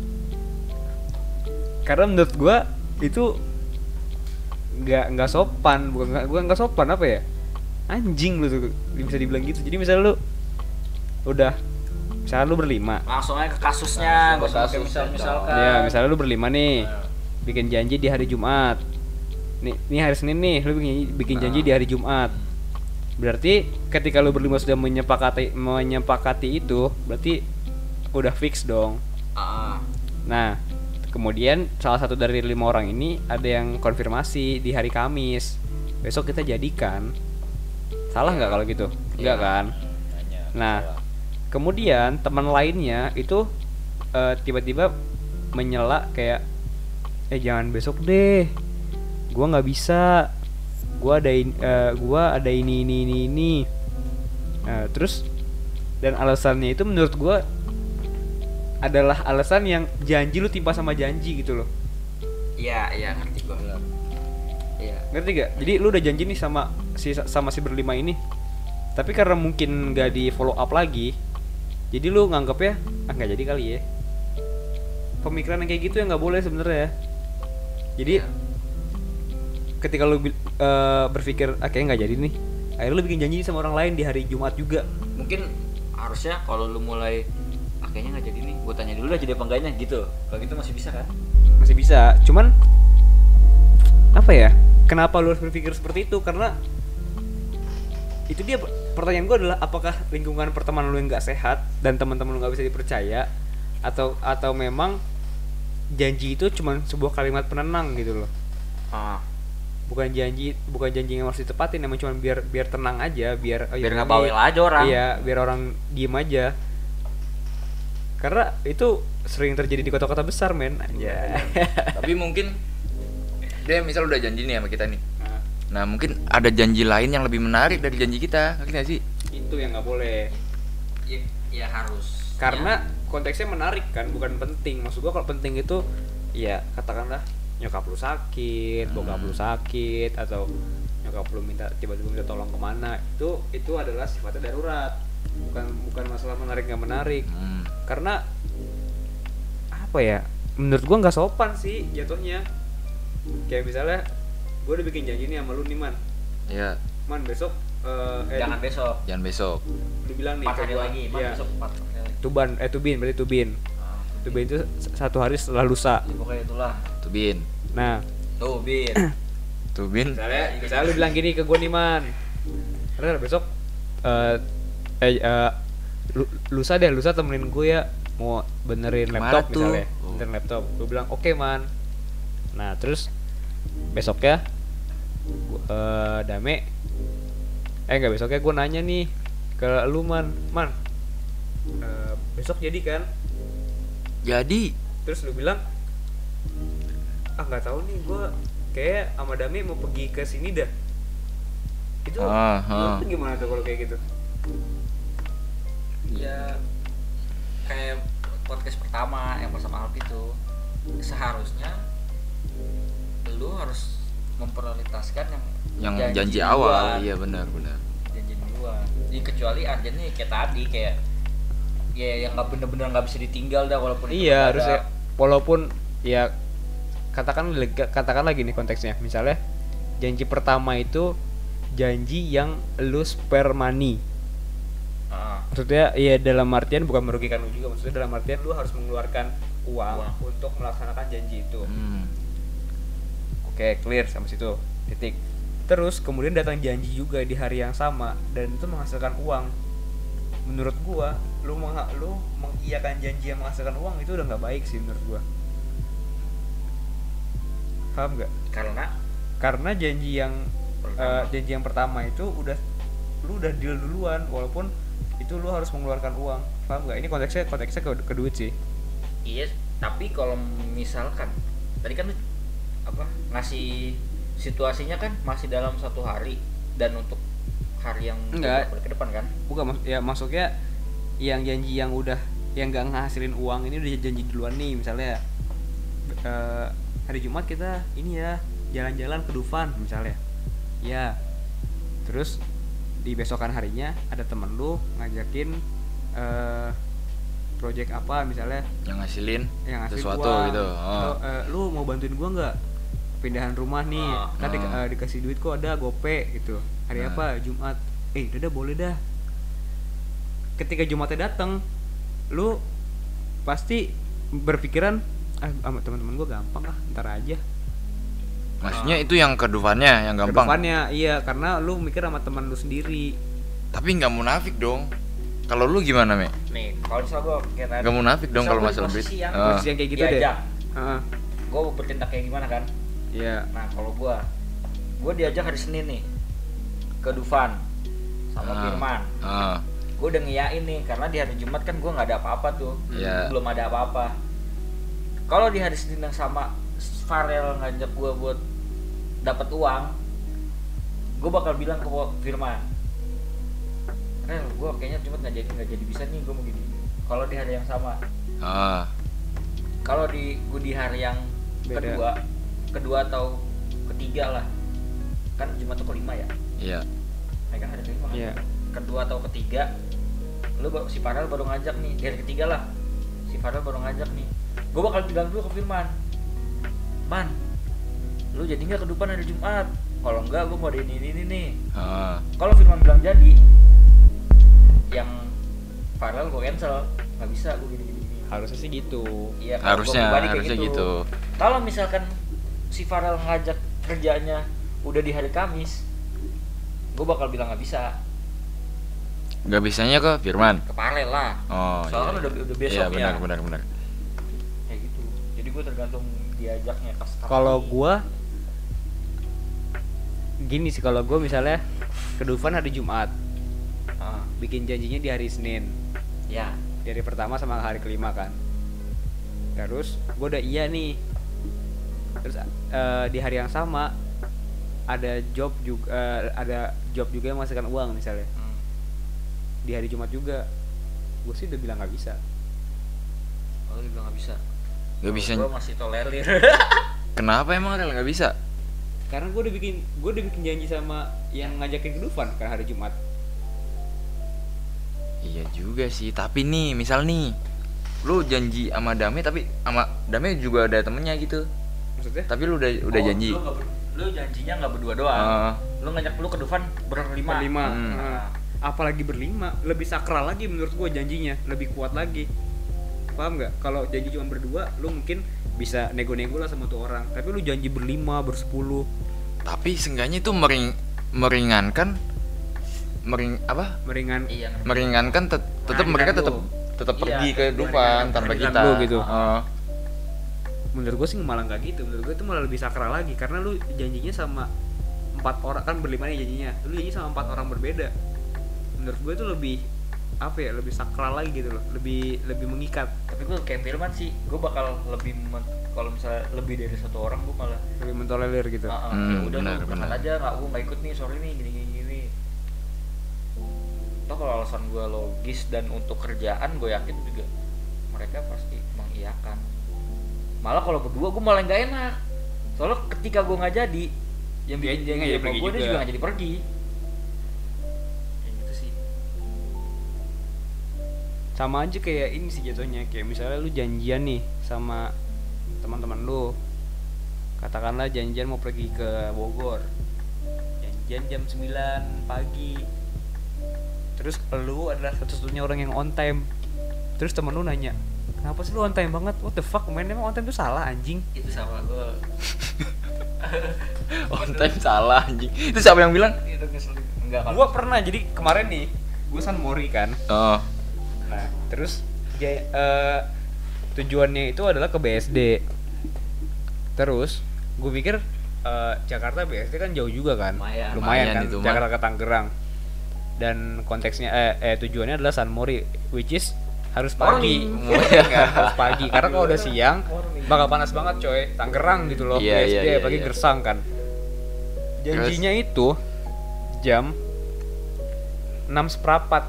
Karena menurut gua itu nggak sopan, bukan nggak sopan, apa ya, anjing lu tuh bisa dibilang gitu. Jadi misalnya lu udah, misalnya lu berlima, Langsung aja ke kasusnya, Langsung ke gak usah pakai kasusnya, misalkan. ya misalnya lu berlima nih, bikin janji di hari Jumat. Nih hari Senin nih, lu bikin janji di hari Jumat. Berarti ketika lu berlima sudah menyepakati itu, berarti udah fix dong. Nah, kemudian salah satu dari 5 orang ini ada yang konfirmasi di hari Kamis. Besok kita jadikan. Salah nggak kalau gitu? Enggak kan? Nah, kemudian teman lainnya itu tiba-tiba menyela kayak, jangan besok deh, gua nggak bisa, gua ada ini. Nah, terus dan alasannya itu menurut gua adalah alasan yang janji lu timpa sama janji gitu loh. Iya, ngerti gua. Iya. Ngerti gak? Jadi lu udah janji nih sama si berlima ini, tapi karena mungkin gak di follow up lagi, jadi lu nganggep ya nggak jadi kali ya. Pemikiran yang kayak gitu yang nggak boleh sebenarnya. Jadi ketika lu berpikir kayaknya nggak jadi nih, akhirnya lu bikin janji sama orang lain di hari Jumat juga. Mungkin harusnya kalau lu mulai kayaknya nggak jadi nih, gue tanya dulu lah jadi apa enggaknya gitu. Kalau gitu masih bisa kan? Masih bisa, cuman apa ya, kenapa lu harus berpikir seperti itu? Karena itu dia, pertanyaan gue adalah apakah lingkungan pertemanan lu yang nggak sehat dan teman-teman lu nggak bisa dipercaya, atau memang janji itu cuma sebuah kalimat penenang gitu loh. Bukan janji yang harus ditepatin, emang cuma biar tenang aja, biar nggak bawel aja orang. Iya, biar orang diem aja. Karena itu sering terjadi di kota-kota besar, men. Aja. Tapi mungkin dia misal udah janji nih sama kita nih. Nah mungkin ada janji lain yang lebih menarik dari janji kita, ngerti gak sih? Itu yang nggak boleh. Ya harus. Karena konteksnya menarik kan, bukan penting. Maksud gua kalau penting itu ya katakanlah nyokap lu sakit, bokap lu sakit, atau nyokap lu tiba-tiba minta tolong kemana, itu adalah sifatnya darurat. Bukan masalah menarik nggak menarik. Karena apa ya? Menurut gua nggak sopan sih jatuhnya. Kayak misalnya gue udah bikin janji nih sama lu nih, Man. Iya. Man, besok Jangan besok. Lu bilang nih 4 hari lagi, ya, besok 4 hari lagi. Tubin itu 1 hari setelah lusa. Ya, pokoknya itulah. Tubin. Nah, Tubin. misalnya lu bilang gini ke gue nih, Man. Karena besok lusa temenin gue ya, mau benerin laptop misalnya. Benerin laptop. Gue bilang, "Oke, Man." Nah, terus besoknya besoknya gue nanya nih ke lu, Man, besok jadi kan? Jadi. Terus lu bilang, nggak tahu nih, gue kayak sama Dami mau pergi ke sini dah. Itu lu gimana tuh kalau kayak gitu? Ya kayak podcast pertama yang bersama Alpi itu, seharusnya lu harus memprioritaskan yang janji awal. Iya benar. Janji duluan. Jadi kecuali Arjen nih kayak tadi, kayak ya yang nggak bener-bener nggak bisa ditinggal dah, walaupun iya harus ya, walaupun ya katakan lagi nih konteksnya, misalnya janji pertama itu janji yang lu spare money. Maksudnya ya dalam artian bukan merugikan lu juga, maksudnya dalam artian lu harus mengeluarkan uang untuk melaksanakan janji itu. Oke, clear sampai situ, titik. Terus kemudian datang janji juga di hari yang sama dan itu menghasilkan uang. Menurut gua, lu mengiyakan janji yang menghasilkan uang itu udah nggak baik sih menurut gua. Paham nggak? Karena janji yang pertama itu lu udah deal duluan, walaupun itu lu harus mengeluarkan uang. Paham nggak? Ini konteksnya ke duit sih. Iya, tapi kalau misalkan tadi kan ngasih situasinya kan masih dalam 1 hari dan untuk hari yang ke depan kan? Bukan, ya maksudnya yang janji yang nggak ngasilin uang ini udah janji duluan nih, misalnya hari Jumat kita ini ya jalan-jalan ke Dufan misalnya. Ya. Terus di besokan harinya ada temen lu ngajakin project apa misalnya yang ngasilin sesuatu uang, gitu. Atau lu mau bantuin gua nggak pindahan rumah nih, kan dikasih duit kok, ada gope gitu. Hari apa? Jumat. Udah boleh dah. Ketika Jumatnya datang, lu pasti berpikiran sama teman-teman gua gampang lah, ntar aja. Maksudnya itu yang kedufannya yang gampang. Kedufannya iya, karena lu mikir sama teman lu sendiri. Tapi nggak munafik dong. Kalau lu gimana, Me? Nih, kalau misalnya gue kayak tadi, nggak munafik dong kalau masalah duit. Posisi yang kayak gitu deh. Gue bertindak kayak gimana kan? Iya. Nah, kalau gue diajak hari Senin nih ke Dufan sama Firman. Gue udah ngiyain nih, karena di hari Jumat kan gue nggak ada apa-apa tuh. Belum ada apa-apa. Kalau di hari Senin yang sama Farel ngajak gue buat dapat uang, gue bakal bilang ke Firman, Rel, gue kayaknya Jumat nggak jadi bisa nih, gue mau gini. Kalau di hari yang sama. Kalau gue di hari yang kedua atau ketiga lah, kan Jumat tuh ke-5 ya. Iya. Kan hari ke-5 kan. Iya. Kedua atau ketiga, si Farel baru ngajak nih. Di hari ketiga lah, si Farel baru ngajak nih. Gue bakal bilang dulu ke Firman, Man, lu jadi nggak ke depan hari Jumat? Kalau enggak, gue mau ini nih. Kalau Firman bilang jadi, yang Farel gue cancel. nggak bisa gue gini. Harusnya sih gitu. Iya, kalau gua pribadi kayak harusnya gitu. Kalau misalkan si Farel ngajak kerjanya udah di hari Kamis, gue bakal bilang nggak bisa. Nggak bisanya ke Firman. Ke Farel lah. Oh, Soalnya iya. kan udah besok Iya, ya. benar. Kayak gitu. Jadi gue tergantung diajaknya pas. Kalau gua gini sih, kalau gua misalnya ke Dufan hari Jumat, bikin janjinya di hari Senin. Ya. Di hari pertama sama hari kelima kan. Terus gua udah iya nih. Terus di hari yang sama ada job juga yang menghasilkan uang misalnya. Di hari Jumat juga. Gue sih udah bilang nggak bisa. Oh, dia bilang nggak bisa. Nggak bisa. Gue masih tolerir. Kenapa emang Rel nggak bisa? Karena gue udah bikin janji sama yang ngajakin ke Dufan kan hari Jumat. Iya juga sih, tapi nih misal nih lu janji sama Dame, tapi sama Dame juga ada temennya gitu, Maksudnya? tapi lu udah janji. Lu janjinya nggak berdua doang. Lu ngajak lu ke Dufan berlima. Berlima. Nah, Apalagi berlima, lebih sakral lagi menurut gue janjinya, lebih kuat lagi. Paham nggak? Kalau janji cuma berdua, lu mungkin bisa nego-nego lah sama tuh orang. Tapi lu janji berlima, bersepuluh. Tapi seenggaknya itu meringankan iya. meringankan tetap Nah, mereka digantung. tetap Iya, pergi ke biar Dufan digantung, tanpa biar kita. digantung gitu. Menurut gue sih malah nggak gitu. Menurut gue itu malah lebih sakral lagi, karena lu janjinya sama 4 orang, kan berlima nih janjinya. Lu janji sama 4 orang berbeda. Menurut gue itu lebih lebih sakral lagi gitu loh, lebih mengikat, Tapi gue kayak Firman sih, gue bakal lebih kalau misalnya lebih dari satu orang gue malah lebih mentolerir gitu. ya udah benar, lu berangkat aja, gue nggak ikut nih, sorry nih gini. Toh kalau alasan gue logis dan untuk kerjaan, gue yakin juga mereka pasti mengiyakan. Malah kalau berdua gue malah nggak enak, soalnya ketika gue nggak jadi, yang bikin Dia nggak jadi sama pergi gue dia juga. juga nggak jadi pergi. Kayak gitu sih. Sama aja kayak ini sih jatuhnya, kayak misalnya lu janjian nih sama teman-teman lu, katakanlah janjian mau pergi ke Bogor, janjian jam 9 pagi, terus lu adalah satu-satunya orang yang on time, terus temen lu nanya, kenapa sih lu on time banget? What the fuck, man, emang on time tuh salah anjing? Itu sama gue. On time salah anjing. Itu siapa yang bilang? Itu ngeselin. Enggak kalau. Gua pernah, jadi kemarin nih gua San Mori kan. Oh. Nah, terus tujuannya itu adalah ke BSD. Terus gue pikir Jakarta BSD kan jauh juga kan, Lumayan kan, itu mah. Jakarta ke Tangerang. Dan konteksnya tujuannya adalah San Mori, which is harus pagi. Kan, harus pagi, karena kalau udah siang bakal panas banget coy, Tangerang gitu loh. Iya, BSD iya, apalagi iya. Gersang kan. Janjinya itu jam 6:15.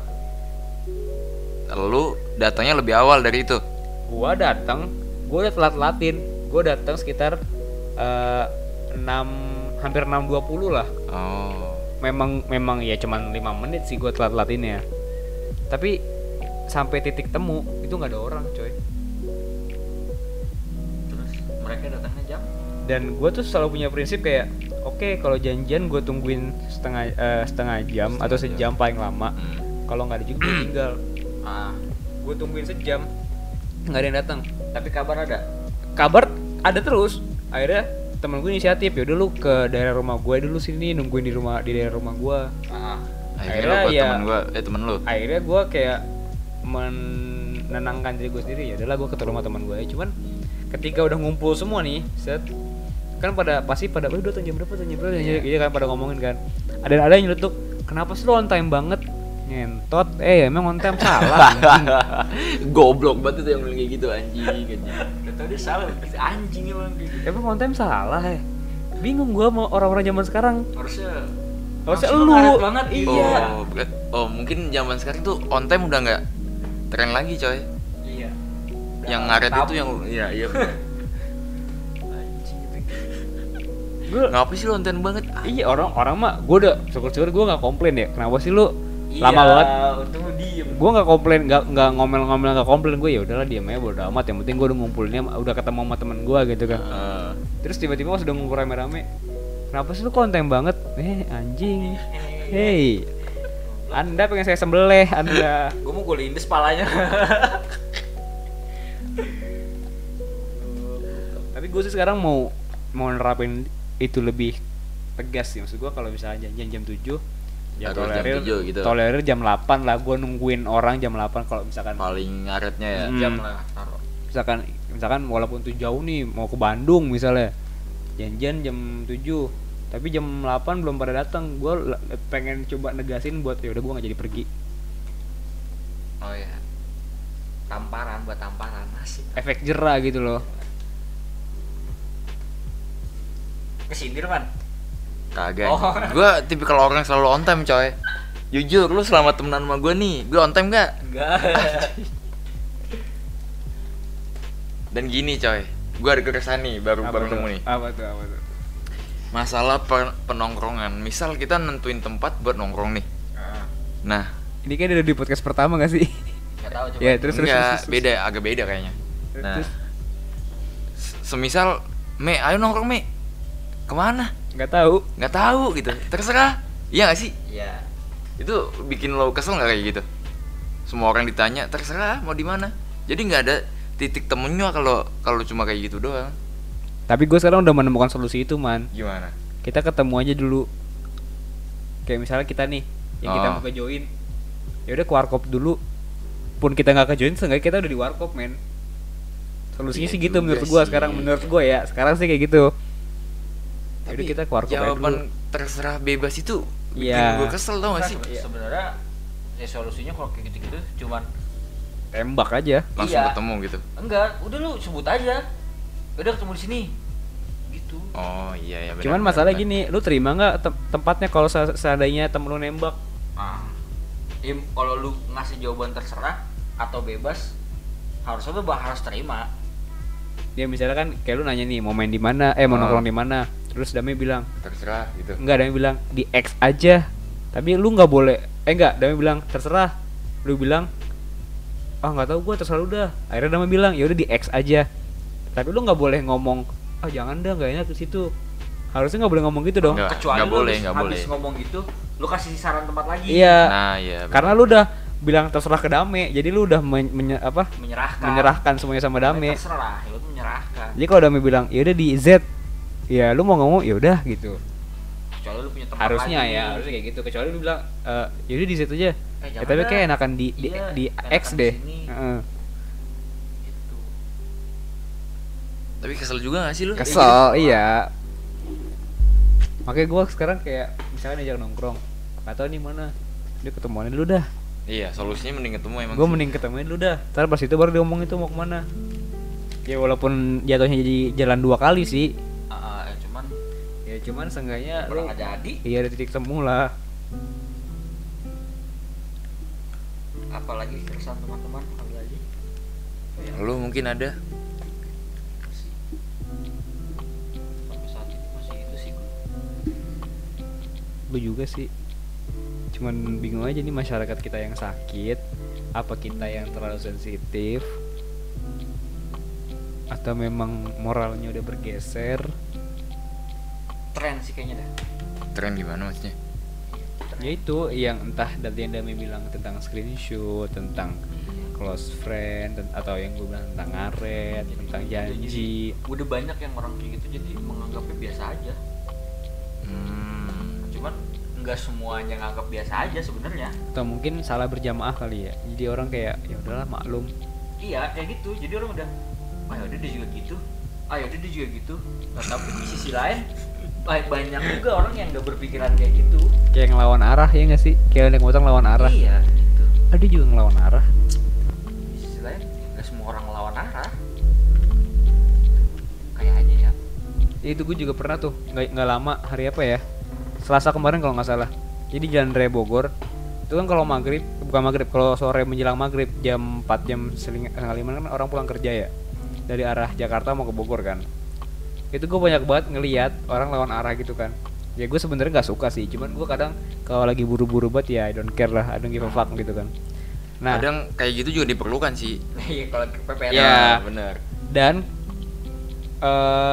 Lu datangnya lebih awal dari itu. Gua datang, gua udah telat-telatin. Gua datang sekitar 6, hampir 6:20 lah. Oh. Memang ya cuman 5 menit sih gua telat-telatinnya. Tapi sampai titik temu itu nggak ada orang, coy. Terus mereka datangnya jam. Dan gua tuh selalu punya prinsip kayak, oke, kalau janjian gua tungguin setengah jam atau sejam paling lama. Kalau nggak ada juga gua tinggal. Gua tungguin sejam, nggak ada yang datang. Tapi kabar ada. Kabar ada terus. Akhirnya temen gue inisiatif, yaudah lu ke daerah rumah gue dulu sini, nungguin di daerah rumah gue. Akhirnya lu temen lu. Akhirnya gue kayak menenangkan diri gue sendiri, ya udahlah gue ke rumah teman gue. Cuman ketika udah ngumpul semua nih, set, kan pasti pada udah jam berapa iya kan, pada ngomongin kan. Ada yang nyeletuk, kenapa sih lu on time banget? Ngentot, emang on time salah anjing. Goblok banget itu yang bilang kayak gitu anjing. Udah tau dia salah, anjing emang gitu. Emang on time salah Bingung gua mau orang-orang zaman sekarang. Harusnya Lu ngaret banget. Iya. Mungkin zaman sekarang tuh on time udah nggak tren lagi coy. Iya. Yang ngaret itu yang iya. Anjing itu. Ngapa sih lu on time banget? Iya, orang mah gua udah syukur-syukur gua nggak komplain ya. Kenapa sih lu Iya, lama banget? untung lu diem. Gue nggak komplain, nggak ngomel-ngomel, nggak komplain. Gue ya udahlah diam aja, bodo amat. Yang penting gue udah ngumpulinnya, udah ketemu sama temen gue gitu kan. Terus tiba-tiba pas udah ngumpul rame-rame, kenapa sih lu konten banget? Anjing. Hey, Anda pengen saya sembelih, Anda. Gue mau gue lindes palanya. Tapi gue sih sekarang mau nerapin itu lebih tegas sih. Maksud gue kalau misalnya janjian jam 7 ya Harus jam 7 gitu. tolerir jam 8 lah. Gue nungguin orang jam 8 kalau misalkan Paling ngaretnya ya. Jam lah taruh. misalkan walaupun tuh jauh nih mau ke Bandung misalnya. Janjian jam 7 tapi jam 8 belum pada datang. Gue pengen coba negasin buat ya udah gue nggak jadi pergi. Oh ya. Tamparan buat tamparan asik. Efek jerah gitu loh. Kesindir man. Kagak. Oh. Gue tipikal orang yang selalu on time, coy. Jujur, lu selama temenan sama gue nih, gue on time gak? Enggak. Dan gini, coy. Gue ada keresahan nih, baru nemu nih. Apa tuh? Masalah penongkrongan. Misal kita nentuin tempat buat nongkrong nih. Nah, Ini kan udah di podcast pertama gak sih? Enggak tahu coba. Ya terus. enggak, beda, agak beda kayaknya. Nah, semisal, Me, ayo nongkrong, Me. Kemana? Nggak tahu. Nggak tahu gitu. Terserah. Iya nggak sih? Iya. Itu bikin lo kesel nggak kayak gitu? Semua orang ditanya, terserah mau di mana. Jadi nggak ada titik temunya kalau cuma kayak gitu doang. Tapi gue sekarang udah menemukan solusi itu, man. Gimana? Kita ketemu aja dulu. Kayak misalnya kita nih, yang kita mau ke join. Ya udah ke warkop dulu. Pun kita nggak ke join, seenggaknya kita udah di warkop, men. Solusinya Iya sih gitu juga menurut gue sih. sekarang. Menurut gue ya, sekarang sih kayak gitu. Ya udah Tapi kita ke warkop aja jawaban dulu. terserah bebas itu bikin Iya. gue kesel tau gak sih? Iya. Sebenarnya ya solusinya kalau kayak gitu-gitu cuman Tembak aja. Langsung Iya. ketemu gitu. enggak, udah lu sebut aja. Udah ketemu di sini. Gitu. Oh iya ya. Cuman masalah gini, lu terima nggak tempatnya kalau seandainya temen lu nembak? Nah, kalau lu ngasih jawaban terserah atau bebas, harusnya lu harus terima. Ya misalnya kan kayak lu nanya nih mau main di mana, mau nongkrong di mana. Terus Dami bilang, Terserah gitu. enggak, Dami bilang di X aja. Tapi lu nggak boleh. Dami bilang terserah. Lu bilang, nggak tahu, gua terserah udah. Akhirnya Dami bilang, ya udah di X aja. Tapi lu nggak boleh ngomong, jangan dah, nggak enak di situ. Harusnya nggak boleh ngomong gitu dong. Enggak. Kecuali lu boleh, habis, nggak habis boleh. ngomong gitu, lu kasih saran tempat lagi. Iya. Nah iya. Karena lu udah bilang terserah ke Dame, jadi lu udah menyerahkan semuanya sama Dame. terserah, ya lu menyerahkan. Jadi kalau Dame bilang, ya udah di Z, ya lu mau ngomong ya udah gitu. Kecuali lu punya tempat Harusnya lagi. ya, harusnya kayak gitu. Kecuali lu bilang, ya udah di Z aja. Jangan Tapi dah. kayak enakan di Iya, X enakan deh. di sini. Heeh. Gitu. Tapi kesel juga gak sih lu? Kesel, iya. Makanya gue sekarang kayak misalnya diajak nongkrong, nggak tahu nih mana, dia ketemuan dulu dah. Iya, solusinya mending ketemu emang. Gue sih. mending ketemuin dulu dah. Ntar pas itu baru dia ngomong itu mau kemana. Ya walaupun jatuhnya jadi jalan 2 kali sih. Cuman Ya cuman seenggaknya kurang lu, nggak jadi. iya ada titik temu lah. Apalagi keresahan teman-teman lagi. Lu mungkin ada. Sampai saat ini masih itu sih. Gue juga sih. Cuman bingung aja nih masyarakat kita yang sakit, apa kita yang terlalu sensitif, atau memang moralnya udah bergeser. Tren sih kayaknya dah. Tren gimana maksudnya? Ya itu yang entah dari yang Dami bilang tentang screenshot, tentang close friend, atau yang gue bilang tentang ngaret, tentang janji. Udah banyak yang orang kayak gitu jadi menganggapnya biasa aja. Cuman nggak semuanya nganggap biasa aja sebenarnya. Atau mungkin salah berjamaah kali ya. Jadi orang kayak ya udahlah maklum. Iya kayak gitu. Jadi orang udah, yaudah dia juga gitu. Yaudah dia juga gitu. Nah, tapi di sisi lain banyak juga orang yang nggak berpikiran kayak gitu. Kayak ngelawan arah ya nggak sih? Kayak naik motor ngelawan arah. Iya gitu. Dia juga ngelawan arah. Di sisi lain nggak semua orang ngelawan arah. Kayaknya ya. Ya itu gue juga pernah tuh, nggak lama, hari apa ya? Selasa kemarin kalau nggak salah. Jadi Jalan Raya Bogor itu kan kalau maghrib, bukan maghrib, kalau sore menjelang maghrib jam 4 jam setengah 5 kan orang pulang kerja ya, dari arah Jakarta mau ke Bogor kan. Itu gue banyak banget ngeliat orang lawan arah gitu kan. Ya gue sebenarnya nggak suka sih, cuman gue kadang kalau lagi buru-buru banget ya I don't care lah, I don't give a fuck gitu kan. Nah, Kadang kayak gitu juga diperlukan sih. Iya kalau PPR. Ya. Bener. dan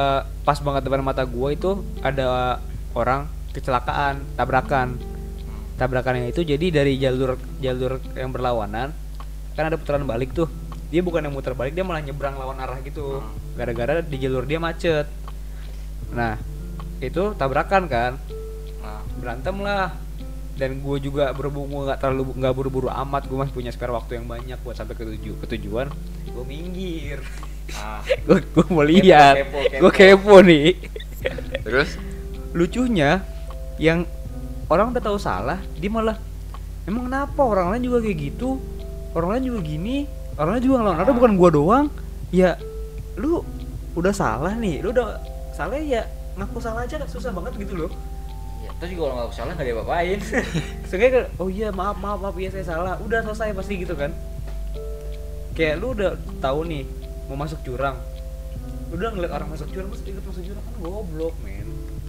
pas banget depan mata gue itu ada orang kecelakaan, tabrakan. tabrakannya itu jadi dari jalur yang berlawanan kan ada putaran balik tuh, dia bukan yang muter balik, dia malah nyebrang lawan arah gitu gara-gara di jalur dia macet. Nah itu tabrakan kan, berantem lah, dan gue juga berhubung gue nggak buru-buru amat, gue masih punya spare waktu yang banyak buat sampai ke tujuan, gue minggir. Gue mau lihat, gue kepo nih. Terus Lucunya yang orang udah tahu salah, dia malah emang kenapa orang lain juga kayak gitu, orang lain juga gini, orang lain juga ngelawan arah, bukan gua doang. Ya lu udah salah nih, lu udah salah ya ngaku salah aja, susah banget gitu loh. Ya, terus juga kalau nggak salah nggak diapa-apain. Seenggaknya oh iya maaf ya saya salah, udah selesai pasti gitu kan. Kayak lu udah tahu nih mau masuk jurang, udah ngeliat orang masuk jurang terus ikut masuk jurang, kan goblok men.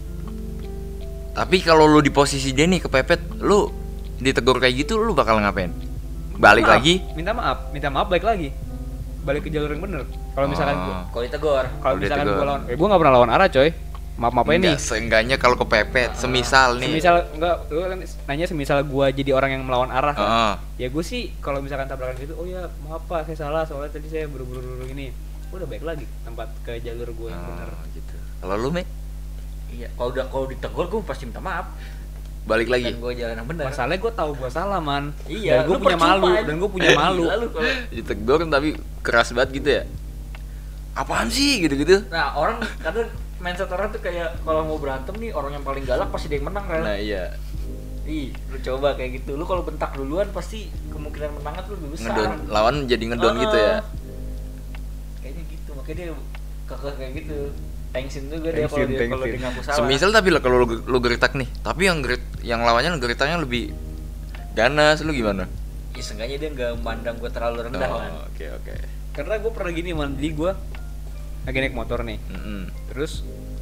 tapi kalau lu di posisi dia nih kepepet, lu ditegur kayak gitu, lu bakal ngapain? Balik lagi? Minta maaf balik lagi, balik ke jalur yang bener. Kalau misalkan Kalau ditegur, kalau misalkan gua lawan, gua nggak pernah lawan arah coy. Maaf ini. Seenggaknya kalau kepepet, semisal nih. Semisal enggak, lu kan nanya semisal gua jadi orang yang melawan arah kan. Ya gua sih kalau misalkan tabrakan gitu, oh ya maaf Pak, saya salah soalnya tadi saya buru-buru ini. Gua udah balik lagi tempat ke jalur gua yang bener. Gitu. Kalau lu, Mek? iya. Kalau ditegur gue pasti minta maaf. Balik lagi. Dan gue jalan yang benar. Masalahnya gua tahu gua salah man. Iya. Dan gua punya malu. Lalu kalau Ditegur tapi keras banget gitu ya. Apaan sih gitu-gitu? nah orang kadang mindset orang tuh kayak kalau mau berantem nih orang yang paling galak pasti dia yang menang kan. Nah, iya. Ih, lu coba kayak gitu. Lu kalau bentak duluan pasti kemungkinan menangnya tuh lebih besar. Ngedon, lawan jadi ngedon gitu ya. Kayaknya gitu, makanya dia kekeh kayak gitu. Tensin juga dia kalau dia ngaku salah. Semisal tapi lah kalau lu geritak nih, tapi yang lawannya geritaknya lebih ganas, lu gimana? Ya seenggaknya dia nggak memandang gue terlalu rendah kan. Oke. Karena gua pernah gini man, jadi gua lagi naik motor nih. Terus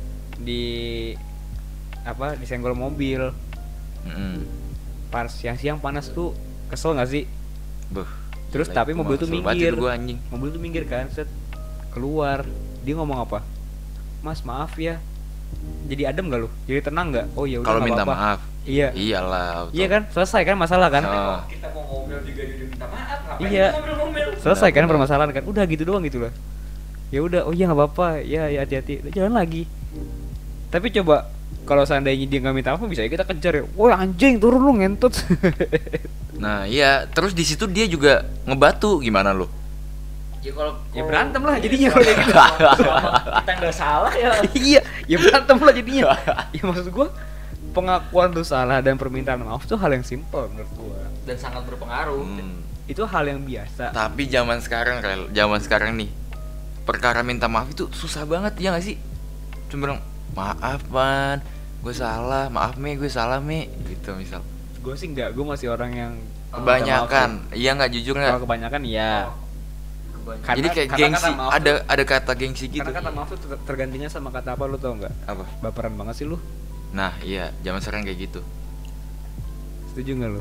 disenggol mobil. Pas siang-siang panas tuh kesel nggak sih? Terus tapi mobil tuh minggir. Mobil tuh minggir kan, set keluar. Dia ngomong apa? Mas maaf ya. Jadi adem gak lu? Jadi tenang gak? Oh ya udah. Kalau minta apa-apa. maaf. Iya. Iyalah. Iya kan? Selesai kan masalah kan? Kita mau ngomel juga dia minta maaf. Iya. Selesai kan permasalahan kan? Udah gitu doang gitu lah. Ya udah, oh iya nggak apa-apa, ya hati-hati, udah jalan lagi. Tapi coba kalau seandainya dia nggak minta apa, bisa ya kita kejar ya. Woi anjing turun lu ngentut. Nah iya, terus di situ dia juga ngebatu, gimana lu? Ya kalau berantem lah jadinya kalau kayak gitu. Kita nggak salah ya. Iya, ya berantem lah jadinya. Ya maksud gua pengakuan lu salah dan permintaan maaf tuh hal yang simpel menurut gua. Dan sangat berpengaruh. Itu hal yang biasa. Tapi zaman sekarang nih, perkara minta maaf itu susah banget ya nggak sih? Cuma bilang maaf man, gue salah, maaf me, gue salah me, gitu misal. Gue sih enggak, gue masih orang yang kebanyakan, iya nggak jujur nggak? Kalau kebanyakan iya. Jadi kayak gengsi, ada kata gengsi gitu. Karena kata maaf tuh tergantinya sama kata apa, lu tau nggak? Apa? Baperan banget sih lu. Nah iya, zaman sekarang kayak gitu. Setuju nggak lu?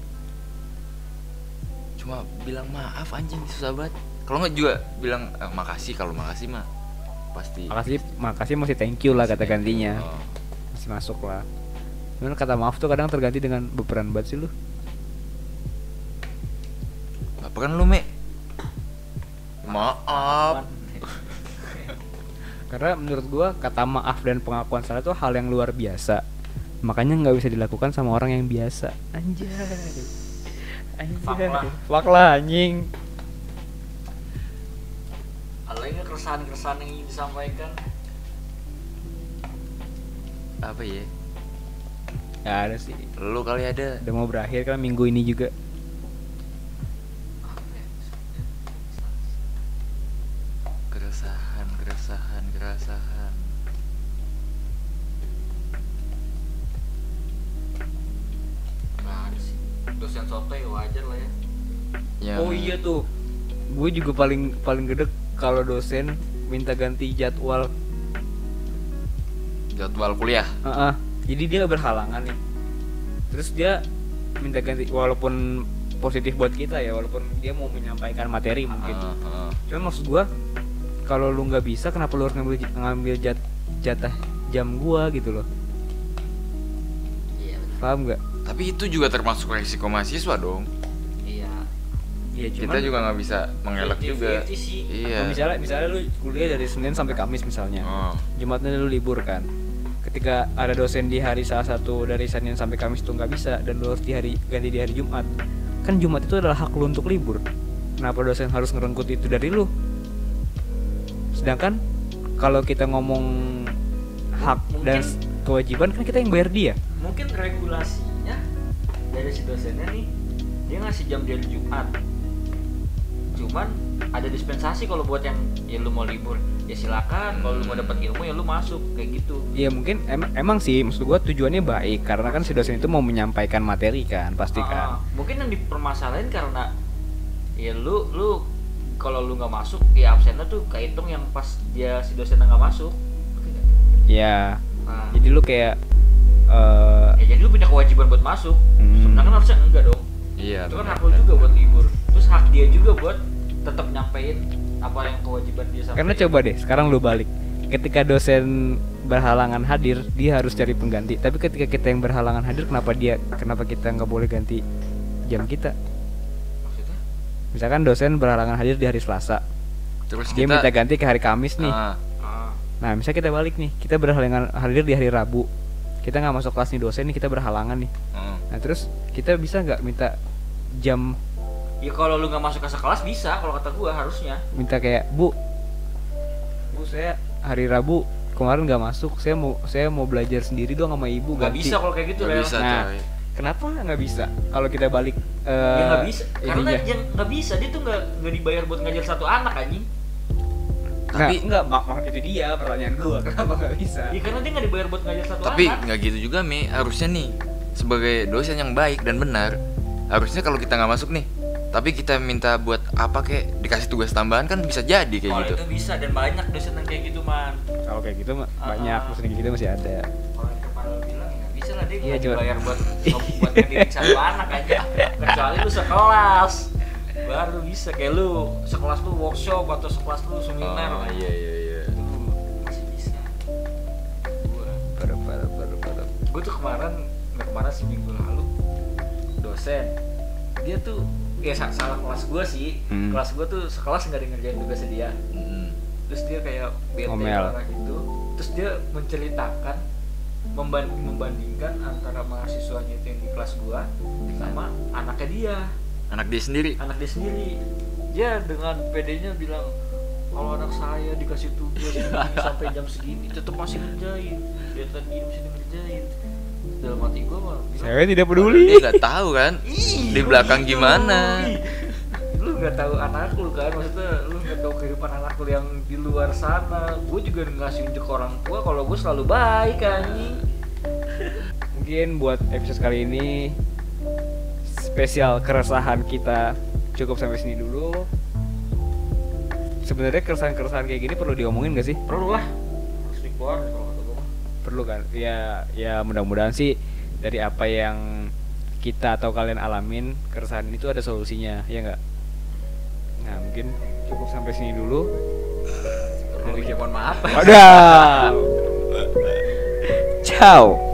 Cuma bilang maaf anjing susah banget. Kalau nggak juga bilang makasih, kalau makasih mah pasti. Makasih masih thank you lah kata gantinya. Masih masuk lah. Cuman kata maaf tuh kadang terganti dengan baperan banget sih lu. Baperan lu me? Maaf. Karena menurut gua kata maaf dan pengakuan salah itu hal yang luar biasa. Makanya nggak bisa dilakukan sama orang yang biasa. Anjay. Fuck lah anjing. Ada lagi keresahan yang ingin disampaikan? Apa ya? Gak ada sih. Lu kali ada. Udah mau berakhir kan minggu ini juga. Keresahan. Nggak ada sih. Dosen soto ya wajar lah ya. Oh iya tuh. Gue juga paling gedek kalau dosen minta ganti jadwal kuliah. Jadi dia berhalangan nih. Terus dia minta ganti walaupun positif buat kita ya, walaupun dia mau menyampaikan materi mungkin. Cuman maksud gua kalau lu nggak bisa kenapa lu harus ngambil jatah jam gua gitu loh. Iya benar. Paham nggak? Tapi itu juga termasuk resiko mahasiswa dong. Iya. Iya, Kita juga nggak bisa mengelak juga. 50-50 sih. Iya. Misalnya lu kuliah dari Senin sampai Kamis misalnya. Oh. Jumatnya lu libur kan. Ketika ada dosen di hari salah satu dari Senin sampai Kamis itu nggak bisa dan lu harus ganti di hari Jumat. Kan Jumat itu adalah hak lu untuk libur. Kenapa dosen harus ngerengkut itu dari lu? Sedangkan kalau kita ngomong hak dan kewajiban kan kita yang bayar dia. Mungkin regulasinya dari si dosennya nih, dia ngasih jam di hari Jumat. Cuman ada dispensasi kalau buat yang ya lu mau libur ya silakan, kalau lu mau dapat ilmu ya lu masuk kayak gitu. Iya mungkin emang sih maksud gua tujuannya baik karena kan si dosen itu mau menyampaikan materi kan pasti kan. Mungkin yang dipermasalahin karena ya lu kalau lu nggak masuk ya absennya tuh kehitung yang pas dia si dosennya nggak masuk. Iya. Nah, Jadi lu kayak ya jadi lu punya kewajiban buat masuk. Sebenarnya kan harusnya enggak dong. Iya. Itu kan hak lu juga buat libur. Terus hak dia juga buat tetap nyampein apa yang kewajiban dia sampaikan. karena coba deh sekarang lu balik. Ketika dosen berhalangan hadir, dia harus cari pengganti. Tapi ketika kita yang berhalangan hadir, kenapa kita nggak boleh ganti jam kita? Maksudnya? Misalkan dosen berhalangan hadir di hari Selasa, Terus dia minta ganti ke hari Kamis nih. Ah, Nah, misalnya kita balik nih, kita berhalangan hadir di hari Rabu, kita nggak masuk kelas nih dosen nih, kita berhalangan nih. Nah, terus kita bisa nggak minta jam, Ya kalau lu nggak masuk ke sekelas bisa, kalau kata gua harusnya. minta kayak bu saya hari Rabu kemarin nggak masuk, saya mau belajar sendiri doang sama ibu, Nggak ganti. bisa kalau kayak gitu nggak Rel. bisa Nah, coy. Kenapa nggak bisa? Kalau kita balik, Ya nggak bisa, karena ininya. yang nggak bisa dia tuh nggak dibayar buat ngajar satu anak anjing. Tapi enggak, itu dia pertanyaan gua, kenapa nggak bisa? Ya karena dia nggak dibayar buat ngajar satu Tapi anak. nggak gitu juga Mi, harusnya nih sebagai dosen yang baik dan benar, harusnya kalau kita nggak masuk nih, tapi kita minta buat apa kek, dikasih tugas tambahan kan bisa jadi kayak Kalau gitu. itu bisa dan banyak dosen yang kayak gitu man. Kalau kayak gitu banyak, dosen kayak gitu masih ada. Kalau yang kemarin lu bilang ya nggak bisa lah dia Iya, nggak cuma- dibayar buat ngedidik satu anak aja. Kecuali lu sekelas baru bisa kayak lu sekelas tuh workshop atau sekelas tuh seminar. Oh iya iya iya. Itu masih bisa. Gue tuh kemarin seminggu lalu dosen dia tuh ya salah kelas gue sih. Kelas gue tuh sekelas nggak ada yang ngerjain tugasnya dia. Terus dia kayak bete Ngomel. marah gitu. Terus dia menceritakan membandingkan antara mahasiswanya itu yang di kelas gua sama anaknya dia. Anak dia sendiri. Dia dengan pedenya bilang kalau anak saya dikasih tugas begini sampai jam segini tetap masih ngerjain. Dia tadi masih ngerjain. Dalam hati gua mah bilang, Saya tidak peduli. Dia nggak tahu kan "Ih, di lu belakang gitu, gimana. ih." Lu nggak tahu anak lu kan, maksudnya lu nggak tahu kehidupan anak lu yang di luar sana. Gue juga ngasih unjuk ke orang tua kalau gue selalu baik anjing. Mungkin buat episode kali ini spesial keresahan kita cukup sampai sini dulu. Sebenarnya keresahan kayak gini perlu diomongin gak sih? Perlu lah, harus dikeluarin kalau kata gue. Perlu kan? Ya mudah-mudahan sih dari apa yang kita atau kalian alamin, keresahan itu ada solusinya, ya nggak? Nah mungkin cukup sampai sini dulu. Mohon maaf. Waduh. Ciao.